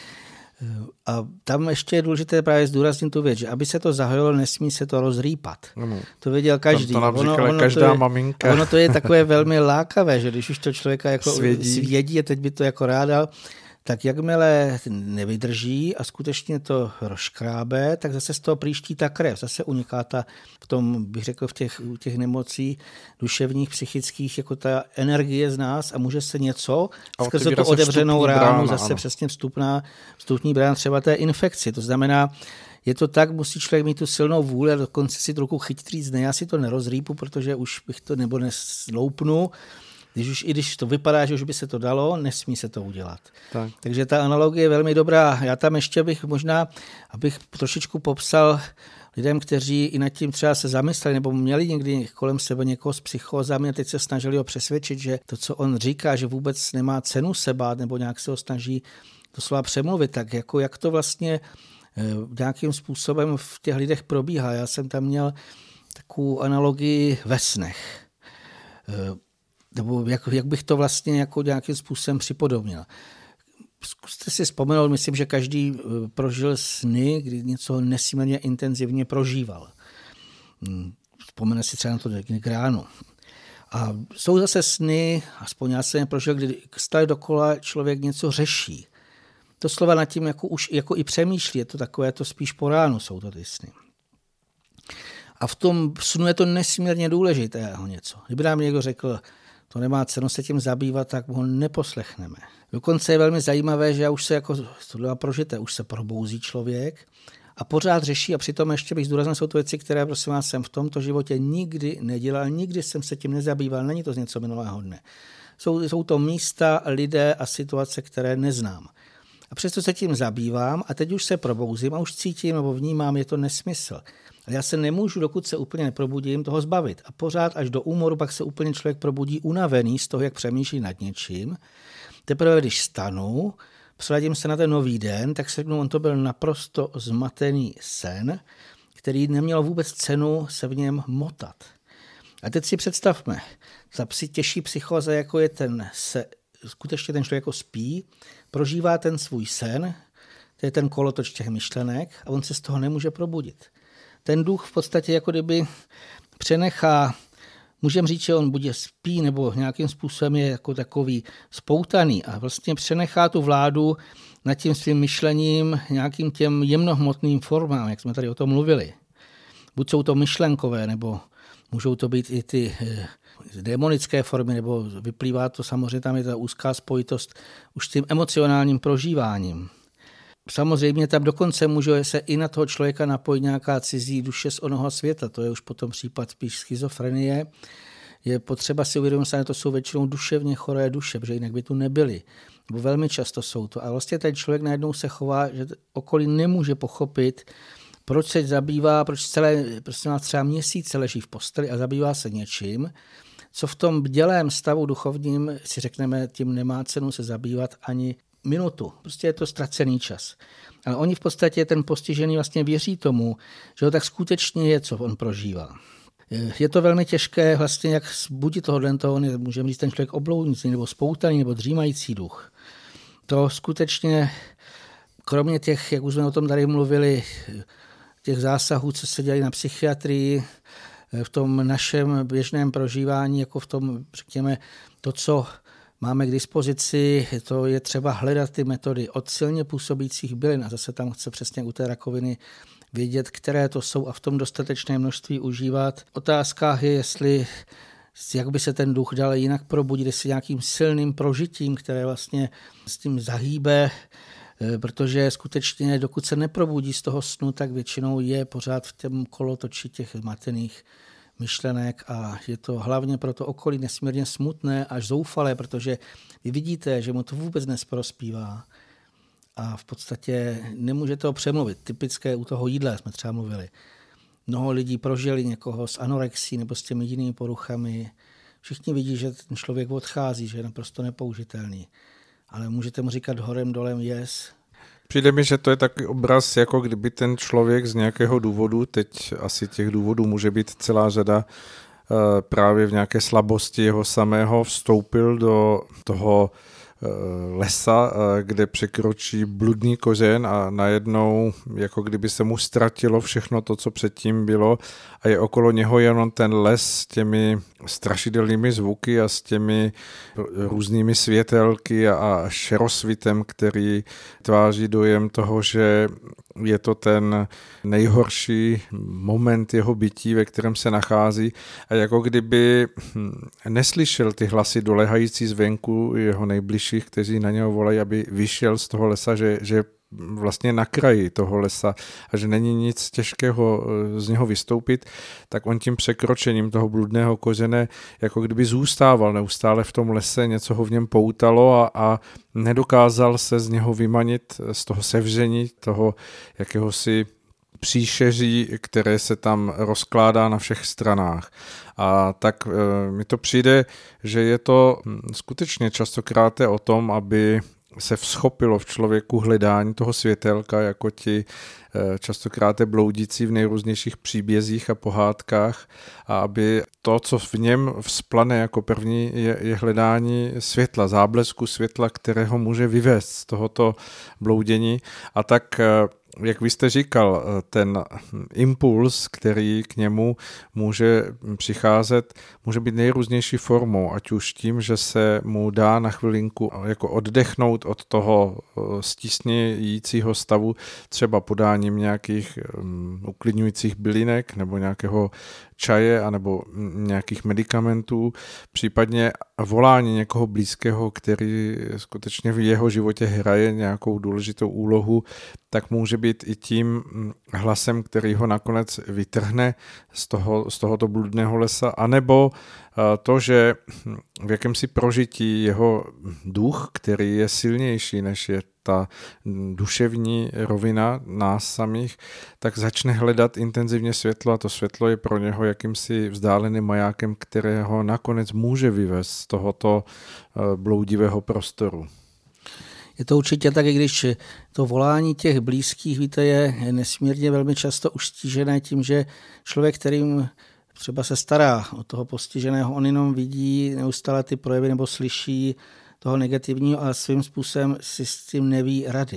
C: A tam ještě je důležité právě zdůraznit tu věc, že aby se to zahojilo, nesmí se to rozrýpat.
B: To
C: věděl každý.
B: To nám říkala každá maminka.
C: Ono to je takové velmi lákavé, že když už to člověka jako svědí a teď by to jako rád dal, tak jakmile nevydrží a skutečně to rozškrábe, tak zase z toho příští ta krev. Zase uniká ta, v tom, bych řekl, u těch nemocí duševních, psychických, jako ta energie z nás a může se něco skrze tu otevřenou ránu, zase ano. Přesně vstupní brána třeba té infekci. To znamená, je to tak, musí člověk mít tu silnou vůli a dokonce si trochu chytit říct, ne, já si to nerozrýpu, protože už bych to nebo nesloupnu. I když to vypadá, že už by se to dalo, nesmí se to udělat. Tak. Takže ta analogie je velmi dobrá. Já tam ještě bych možná, abych trošičku popsal lidem, kteří i nad tím třeba se zamysleli nebo měli někdy kolem sebe někoho s psychózami a teď se snažili ho přesvědčit, že to, co on říká, že vůbec nemá cenu se bát nebo nějak se ho snaží doslova přemluvit, tak jako jak to vlastně nějakým způsobem v těch lidech probíhá. Já jsem tam měl takovou analogii ve snech. Nebo jak bych to vlastně jako nějakým způsobem připodobnil. Zkuste si vzpomenout, myslím, že každý prožil sny, kdy něco nesmírně intenzivně prožíval. Vzpomene si třeba na to k ránu. A jsou zase sny, aspoň já jsem je prožil, kdy stále dokola člověk něco řeší. To slova nad tím jako i přemýšlí, je to takové, to spíš po ránu jsou to ty sny. A v tom snu je to nesmírně důležitého něco. Kdyby nám někdo řekl, to nemá cenu se tím zabývat, tak ho neposlechneme. Dokonce je velmi zajímavé, že už se jako tohle prožité, už se probouzí člověk a pořád řeší a přitom ještě bych zdůraznil, jsou to věci, které prosím vás jsem v tomto životě nikdy nedělal, nikdy jsem se tím nezabýval, není to z něco minulého dne. Jsou to místa, lidé a situace, které neznám. A přesto se tím zabývám a teď už se probouzím a už cítím nebo vnímám, je to nesmysl. Ale já se nemůžu, dokud se úplně neprobudím, toho zbavit. A pořád až do úmoru pak se úplně člověk probudí unavený z toho, jak přemýšlí nad něčím. Teprve, když stanu, přeladím se na ten nový den, tak se řeknu, on to byl naprosto zmatený sen, který neměl vůbec cenu se v něm motat. A teď si představme, ta těžší psychóza, jako je skutečně ten člověk jako spí, prožívá ten svůj sen, to je ten kolotoč těch myšlenek a on se z toho nemůže probudit. Ten duch v podstatě jako kdyby přenechá, můžeme říct, že on buď spí nebo nějakým způsobem je jako takový spoutaný a vlastně přenechá tu vládu nad tím svým myšlením nějakým těm jemnohmotným formám, jak jsme tady o tom mluvili. Buď jsou to myšlenkové, nebo můžou to být i ty démonické formy, nebo vyplývá to samozřejmě, tam je ta úzká spojitost už s tím emocionálním prožíváním. Samozřejmě tam dokonce může se i na toho člověka napojit nějaká cizí duše z onoho světa, to je už potom případ spíš schizofrenie. Je potřeba si uvědomit, že to jsou většinou duševně choré duše, protože jinak by tu nebyly. Nebo velmi často jsou to. A vlastně ten člověk najednou se chová, že okolí nemůže pochopit, proč se zabývá, proč třeba měsíce leží v posteli a zabývá se něčím, co v tom bdělém stavu duchovním si řekneme, tím nemá cenu se zabývat ani minutu. Prostě je to ztracený čas. Ale oni v podstatě, ten postižený vlastně věří tomu, že ho tak skutečně je, co on prožívá. Je to velmi těžké vlastně, jak zbudit toho, můžeme říct ten člověk obloudnící, nebo spoutaný, nebo dřímající duch. To skutečně, kromě těch, jak už jsme o tom tady mluvili, těch zásahů, co se dělají na psychiatrii, v tom našem běžném prožívání, jako v tom, řekněme, to, co máme k dispozici, to je třeba hledat ty metody od silně působících bylin. A zase tam chce přesně u té rakoviny vědět, které to jsou a v tom dostatečné množství užívat. Otázka je, jak by se ten duch dal jinak probudit, jestli nějakým silným prožitím, které vlastně s tím zahýbe, protože skutečně dokud se neprobudí z toho snu, tak většinou je pořád v tom kolotoči těch zmatených myšlenek a je to hlavně pro to okolí nesmírně smutné až zoufalé, protože vy vidíte, že mu to vůbec nesprospívá a v podstatě nemůžete ho přemluvit. Typické u toho jídla jsme třeba mluvili. Mnoho lidí prožili někoho s anorexí nebo s těmi jinými poruchami. Všichni vidí, že ten člověk odchází, že je naprosto nepoužitelný. Ale můžete mu říkat horem dolem yes.
B: Přijde mi, že to je takový obraz, jako kdyby ten člověk z nějakého důvodu, teď asi těch důvodů může být celá řada, právě v nějaké slabosti jeho samého vstoupil do toho lesa, kde překročí bludný kořen a najednou, jako kdyby se mu ztratilo všechno to, co předtím bylo a je okolo něho jenom ten les s těmi strašidelnými zvuky a s těmi různými světelky a šerosvitem, který tváří dojem toho, že je to ten nejhorší moment jeho bytí, ve kterém se nachází a jako kdyby neslyšel ty hlasy dolehající zvenku jeho nejbližších, kteří na něho volají, aby vyšel z toho lesa, že vlastně na kraji toho lesa a že není nic těžkého z něho vystoupit, tak on tím překročením toho bludného kořene jako kdyby zůstával neustále v tom lese, něco ho v něm poutalo a nedokázal se z něho vymanit, z toho sevření, toho jakéhosi příšeří, které se tam rozkládá na všech stranách. A tak mi to přijde, že je to skutečně častokrát o tom, aby se vzchopilo v člověku hledání toho světelka, jako ti častokrát bloudící v nejrůznějších příbězích a pohádkách a aby to, co v něm vzplane jako první, je hledání světla, záblesku světla, které ho může vyvést z tohoto bloudění. A tak jak vy jste říkal, ten impuls, který k němu může přicházet, může být nejrůznější formou, ať už tím, že se mu dá na chvilinku jako oddechnout od toho stísnějícího stavu, třeba podáním nějakých uklidňujících bylinek nebo nějakého čaje anebo nějakých medicamentů, případně volání někoho blízkého, který skutečně v jeho životě hraje nějakou důležitou úlohu, tak může být i tím hlasem, který ho nakonec vytrhne z tohoto bludného lesa, anebo to, že v jakémsi prožití jeho duch, který je silnější, než je ta duševní rovina nás samých, tak začne hledat intenzivně světlo a to světlo je pro něho jakýmsi vzdáleným majákem, kterého nakonec může vyvést z tohoto bloudivého prostoru.
C: Je to určitě tak, i když to volání těch blízkých, víte, je nesmírně velmi často už stížené tím, že člověk, kterým třeba se stará o toho postiženého, on jenom vidí neustále ty projevy nebo slyší toho negativního a svým způsobem si s tím neví rady.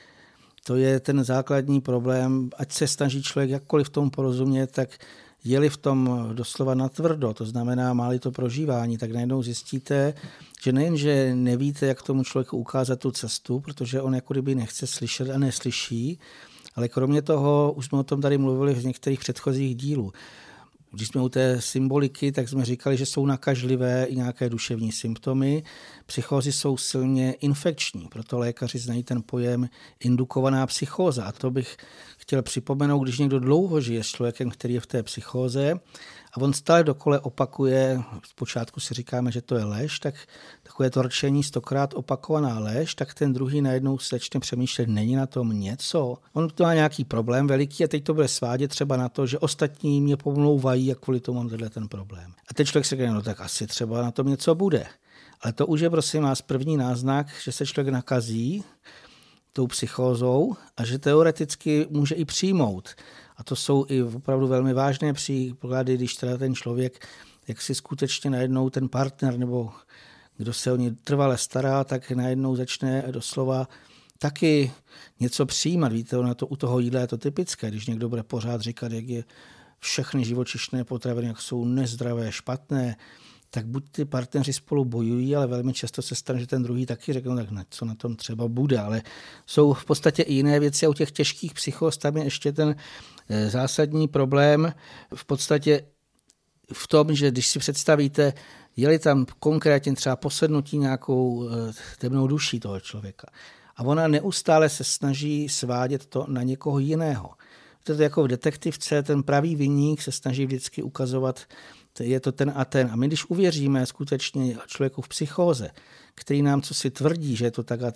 C: To je ten základní problém, ať se snaží člověk jakkoliv tomu porozumět, tak je-li v tom doslova natvrdo, to znamená má-li to prožívání, tak najednou zjistíte, že nejenže nevíte, jak tomu člověku ukázat tu cestu, protože on jako kdyby nechce slyšet a neslyší, ale kromě toho, už jsme o tom tady mluvili v některých předchozích dílů. Když jsme u té symboliky, tak jsme říkali, že jsou nakažlivé i nějaké duševní symptomy. Psychózy jsou silně infekční, proto lékaři znají ten pojem indukovaná psychóza. A to bych chtěl připomenout, když někdo dlouho žije s člověkem, který je v té psychóze a on stále dokole opakuje, zpočátku si říkáme, že to je lež, tak takové to rčení 100krát opakovaná lež, tak ten druhý najednou se začne přemýšlet, není na tom něco. On to má nějaký problém veliký a teď to bude svádět třeba na to, že ostatní mě pomlouvají a kvůli tomu mám ten problém. A ten člověk se říká, no tak asi třeba na tom něco bude. Ale to už je prosím vás první náznak, že se člověk nakazí tou psychózou a že teoreticky může i přijmout. A to jsou i opravdu velmi vážné příklady, když teda ten člověk, jak si skutečně najednou ten partner nebo kdo se o ně trvale stará, tak najednou začne doslova taky něco přijímat. Víte, u toho jídla je to typické, když někdo bude pořád říkat, jak je všechny živočišné potraviny, jak jsou nezdravé, špatné, tak buď ty partneři spolu bojují, ale velmi často se stane, že ten druhý taky řekne, tak co na tom třeba bude. Ale jsou v podstatě i jiné věci a u těch těžkých psychóz tam je ještě ten zásadní problém v podstatě v tom, že když si představíte, je-li tam konkrétně třeba posednutí nějakou temnou duší toho člověka a ona neustále se snaží svádět to na někoho jiného. To je jako v detektivce, ten pravý viník se snaží vždycky ukazovat, je to ten a ten. A my, když uvěříme skutečně člověku v psychóze, který nám co si tvrdí, že je to tak a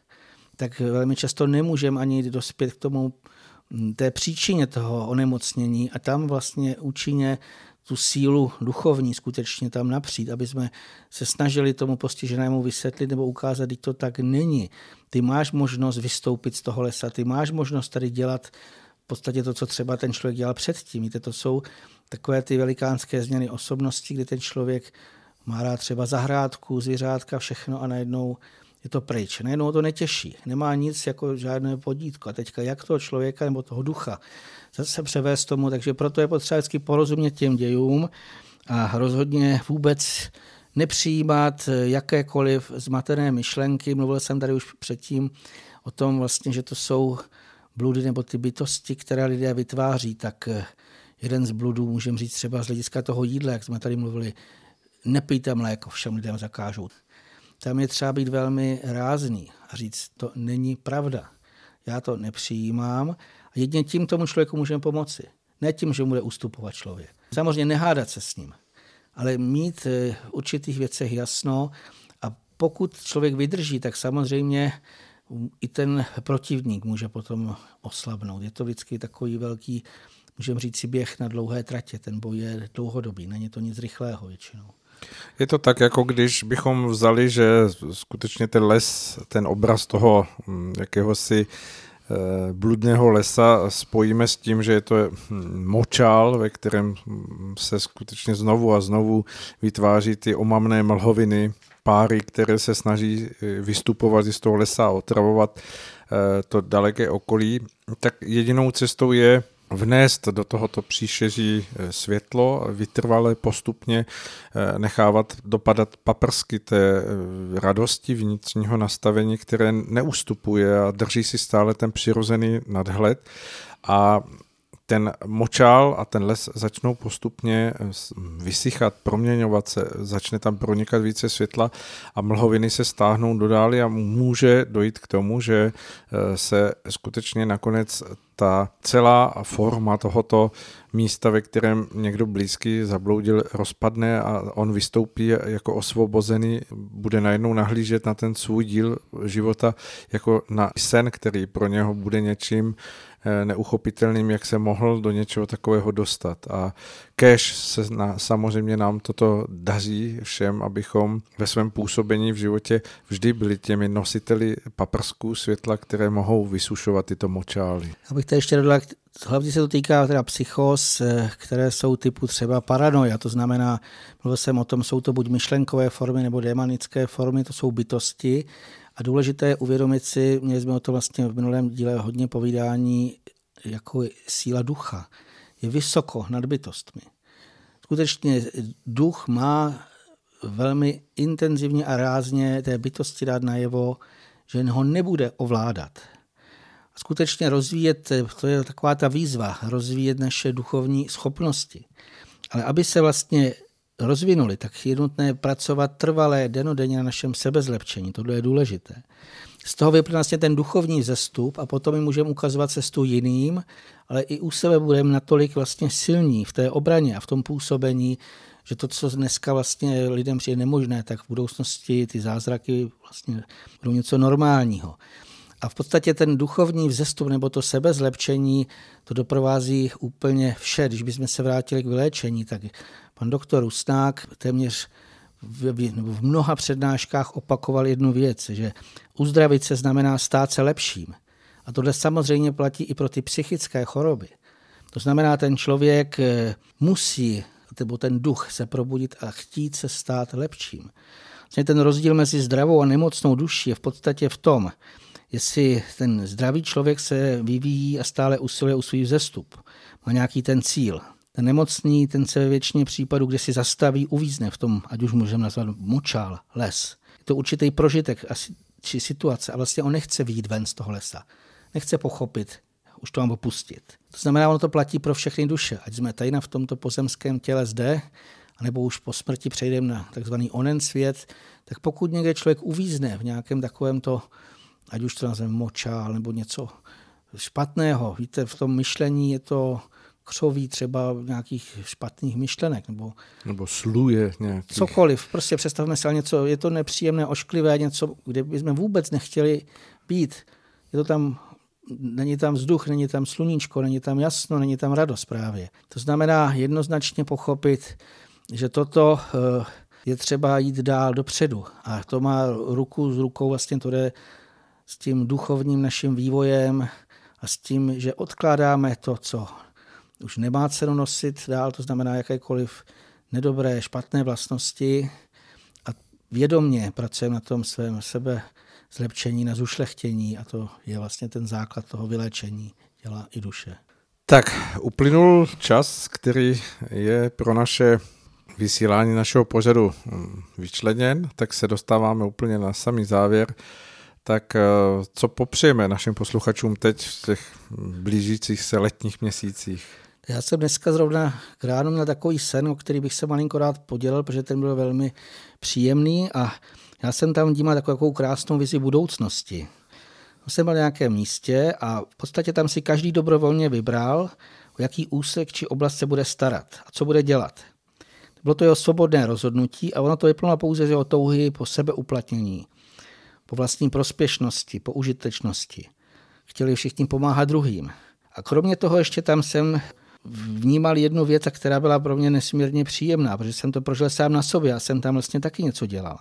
C: tak velmi často nemůžeme ani dospět k tomu té příčině toho onemocnění a tam vlastně účinně tu sílu duchovní skutečně tam napřít, aby jsme se snažili tomu postiženému vysvětlit nebo ukázat, že to tak není. Ty máš možnost vystoupit z toho lesa, ty máš možnost tady dělat v podstatě to, co třeba ten člověk dělal předtím. Víte, to jsou takové ty velikánské změny osobnosti, kdy ten člověk má rád třeba zahrádku, zvířátka, všechno a najednou je to pryč. Najednou to netěší. Nemá nic jako žádné podítko. A teďka jak toho člověka nebo toho ducha zase převést tomu, takže proto je potřeba vždycky porozumět těm dějům a rozhodně vůbec nepřijímat jakékoliv zmatené myšlenky. Mluvil jsem tady už předtím o tom vlastně, že to jsou bludy nebo ty bytosti, které lidé vytváří, tak jeden z bludů můžeme říct třeba z hlediska toho jídla, jak jsme tady mluvili, nepijte mléko, všem lidem zakážou. Tam je třeba být velmi rázný a říct, to není pravda. Já to nepřijímám a jedině tím tomu člověku můžeme pomoci. Ne tím, že mu bude ustupovat člověk. Samozřejmě nehádat se s ním, ale mít v určitých věcech jasno a pokud člověk vydrží, tak samozřejmě i ten protivník může potom oslabnout. Je to vždycky takový velký, můžeme říct si, běh na dlouhé tratě. Ten boj je dlouhodobý, není to nic rychlého většinou.
B: Je to tak, jako když bychom vzali, že skutečně ten les, ten obraz toho jakéhosi bludného lesa spojíme s tím, že je to močál, ve kterém se skutečně znovu a znovu vytváří ty omamné mlhoviny, páry, které se snaží vystupovat z toho lesa a otravovat to daleké okolí, tak jedinou cestou je vnést do tohoto příšeří světlo, vytrvale postupně nechávat dopadat paprsky té radosti vnitřního nastavení, které neustupuje a drží si stále ten přirozený nadhled a ten močál a ten les začnou postupně vysychat, proměňovat se, začne tam pronikat více světla a mlhoviny se stáhnou do dály a může dojít k tomu, že se skutečně nakonec ta celá forma tohoto místa, ve kterém někdo blízký zabloudil, rozpadne a on vystoupí jako osvobozený, bude najednou nahlížet na ten svůj díl života jako na sen, který pro něho bude něčím neuchopitelným, jak se mohl do něčeho takového dostat. A kéž se samozřejmě nám toto daří všem, abychom ve svém působení v životě vždy byli těmi nositeli paprsků světla, které mohou vysušovat tyto močály.
C: Abych to ještě dodal, hlavně se to týká teda psychóz, které jsou typu třeba paranoia, to znamená, mluvil jsem o tom, jsou to buď myšlenkové formy nebo démonické formy, to jsou bytosti. A důležité je uvědomit si, měli jsme o to vlastně v minulém díle hodně povídání, jako síla ducha. Je vysoko nad bytostmi. Skutečně duch má velmi intenzivně a rázně té bytosti dát najevo, že ho nebude ovládat. A skutečně rozvíjet, to je taková ta výzva, rozvíjet naše duchovní schopnosti. Ale aby se vlastně rozvinuli, tak je nutné pracovat trvalé dennodenně na našem sebezlepšení. Tohle je důležité. Z toho vyplyne vlastně ten duchovní vzestup a potom my můžeme ukazovat cestu jiným, ale i u sebe budeme natolik vlastně silní v té obraně a v tom působení, že to, co dneska vlastně lidem přijde nemožné, tak v budoucnosti ty zázraky vlastně budou něco normálního. A v podstatě ten duchovní vzestup nebo to sebezlepšení, to doprovází úplně vše. Když bychom se vrátili k vyléčení, tak pan doktor Rusnák téměř v mnoha přednáškách opakoval jednu věc, že uzdravit se znamená stát se lepším. A tohle samozřejmě platí i pro ty psychické choroby. To znamená, ten člověk musí, nebo ten duch se probudit a chtít se stát lepším. Vlastně ten rozdíl mezi zdravou a nemocnou duší je v podstatě v tom, jestli ten zdravý člověk se vyvíjí a stále usiluje o svůj vzestup, má nějaký ten cíl. Ten nemocný, ten se ve většině případů, kde si zastaví, uvízne v tom, ať už můžeme nazvat močál, les. Je to určitý prožitek či situace a vlastně on nechce vyjít ven z toho lesa. Nechce pochopit, už to mám opustit. To znamená, ono to platí pro všechny duše. Ať jsme tady v tomto pozemském těle zde, anebo už po smrti přejdeme na takzvaný onen svět, tak pokud někde člověk uvízne v nějakém takovémto, ať už to nazveme močál nebo něco špatného, víte, v tom myšlení je to křoví třeba nějakých špatných myšlenek.
B: Nebo sluje nějakých.
C: Cokoliv. Prostě představme si, ale něco, je to nepříjemné, ošklivé, něco, kde bychom vůbec nechtěli být. Je to tam, není tam vzduch, není tam sluníčko, není tam jasno, není tam radost právě. To znamená jednoznačně pochopit, že toto je třeba jít dál dopředu. A to má ruku s rukou, vlastně to jde s tím duchovním naším vývojem a s tím, že odkládáme to, co už nemá cenu nosit dál, to znamená jakékoliv nedobré, špatné vlastnosti a vědomně pracujeme na tom svém sebe zlepšení, na zušlechtění a to je vlastně ten základ toho vyléčení těla i duše.
B: Tak, uplynul čas, který je pro naše vysílání našeho pořadu vyčleněn, tak se dostáváme úplně na samý závěr. Tak co popřejeme našim posluchačům teď v těch blížících se letních měsících?
C: Já jsem dneska zrovna k ránu měl takový sen, o který bych se malinko rád podělil, protože ten byl velmi příjemný a já jsem tam vnímal takovou krásnou vizi budoucnosti. Jsem byl na nějakém místě a v podstatě tam si každý dobrovolně vybral, o jaký úsek či oblast se bude starat a co bude dělat. Bylo to jeho svobodné rozhodnutí a ono to vyplnulo pouze z jeho touhy po sebeuplatnění, po vlastní prospěšnosti, po užitečnosti. Chtěli všichni pomáhat druhým. A kromě toho ještě tam jsem vnímal jednu věc, která byla pro mě nesmírně příjemná, protože jsem to prožil sám na sobě a jsem tam vlastně taky něco dělal.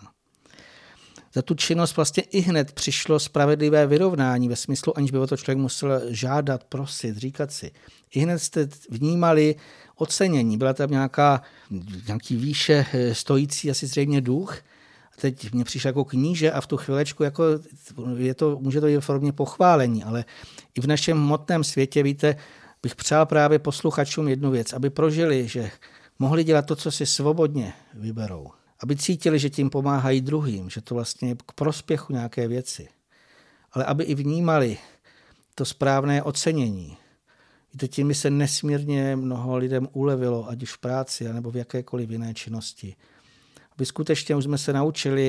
C: Za tu činnost vlastně i hned přišlo spravedlivé vyrovnání ve smyslu, aniž by o to člověk musel žádat, prosit, říkat si. I hned jste vnímali ocenění, byla tam nějaký výše stojící asi zřejmě duch. A teď mě přišel jako kníže a v tu chvilečku jako může to být v formě pochválení, ale i v našem hmotném světě, víte, bych přál právě posluchačům jednu věc, aby prožili, že mohli dělat to, co si svobodně vyberou. Aby cítili, že tím pomáhají druhým, že to vlastně je k prospěchu nějaké věci. Ale aby i vnímali to správné ocenění. Víte, tím by se nesmírně mnoho lidem ulevilo, ať už v práci, nebo v jakékoliv jiné činnosti. Aby skutečně už jsme se naučili,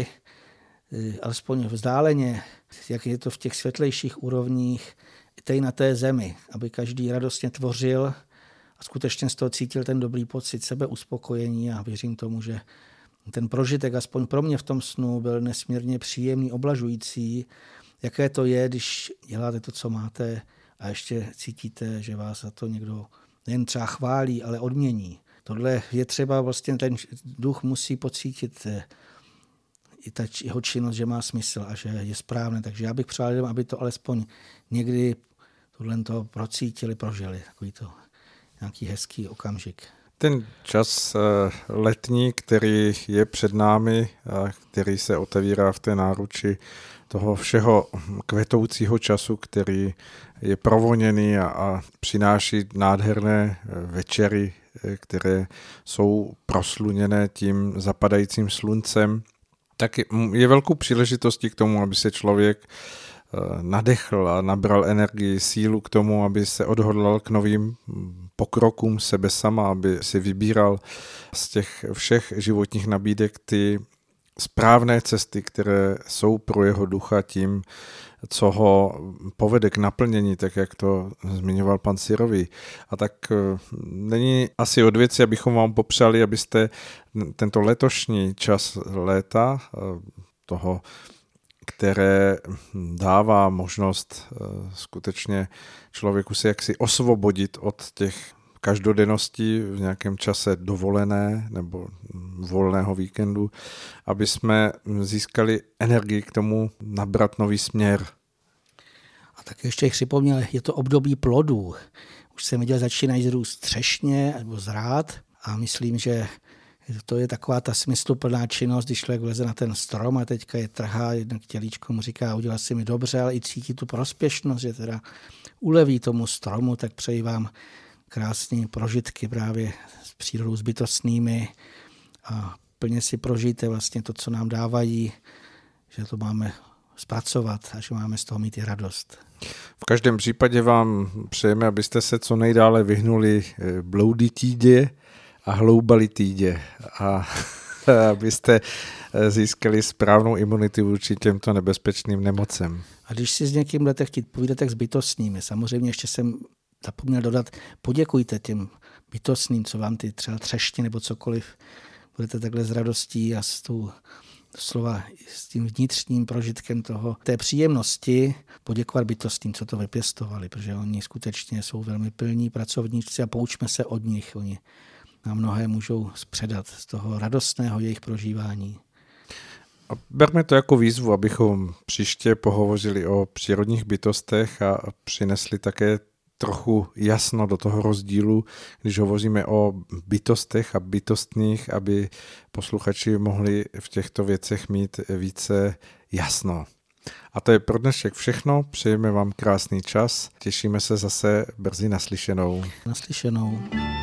C: alespoň vzdáleně, jak je to v těch světlejších úrovních, i tady na té zemi, aby každý radostně tvořil a skutečně z toho cítil ten dobrý pocit sebeuspokojení a věřím tomu, že ten prožitek, aspoň pro mě v tom snu, byl nesmírně příjemný, oblažující, jaké to je, když děláte to, co máte a ještě cítíte, že vás za to někdo nejen třeba chválí, ale odmění. Tohle je třeba vlastně ten duch musí pocítit i ta jeho činnost, že má smysl a že je správné. Takže já bych přál lidem, aby to alespoň někdy tohle to procítili, prožili. Takový to nějaký hezký okamžik.
B: Ten čas letní, který je před námi, a který se otevírá v té náruči toho všeho kvetoucího času, který je provoněný a přináší nádherné večery, které jsou prosluněné tím zapadajícím sluncem, tak je velkou příležitostí k tomu, aby se člověk nadechl a nabral energii, sílu k tomu, aby se odhodlal k novým pokrokům sebe sama, aby si vybíral z těch všech životních nabídek ty správné cesty, které jsou pro jeho ducha tím, co ho povede k naplnění, tak jak to zmiňoval pan Sirový. A tak není asi od věci, abychom vám popřáli, abyste tento letošní čas léta, toho, které dává možnost skutečně člověku se jaksi osvobodit od těch každodenností v nějakém čase dovolené nebo volného víkendu, aby jsme získali energii k tomu nabrat nový směr.
C: A tak ještě připomněl, je to období plodů. už jsem viděl, začínají růst třešně nebo zrát a myslím, že to je taková ta smysluplná činnost, když člověk vleze na ten strom a teďka je trhá, jednak tělíčko mu říká, udělal si mi dobře, ale i cítí tu prospěšnost, že teda uleví tomu stromu, tak přeji vám krásné prožitky právě s přírodou, s bytostnými a plně si prožijte vlastně to, co nám dávají, že to máme zpracovat a že máme z toho mít i radost.
B: V každém případě vám přejeme, abyste se co nejdále vyhnuli blouditidě a hloubalitidě a abyste získali správnou imunitu vůči těmto nebezpečným nemocem.
C: A když si s někým budete chtít povídat, tak s bytostnými. Samozřejmě ještě jsem zapomněl dodat, poděkujte těm bytostným, co vám ty třeba třešti nebo cokoliv budete takhle s radostí a s tou slova s tím vnitřním prožitkem té příjemnosti poděkovat bytostným, co to vypěstovali, protože oni skutečně jsou velmi pilní pracovníci a poučme se od nich. Oni nám mnohé můžou předat z toho radostného jejich prožívání.
B: A berme to jako výzvu, abychom příště pohovořili o přírodních bytostech a přinesli také trochu jasno do toho rozdílu, když hovoříme o bytostech a bytostných, aby posluchači mohli v těchto věcech mít více jasno. A to je pro dnešek všechno. Přejeme vám krásný čas. Těšíme se zase brzy naslyšenou.
C: Naslyšenou.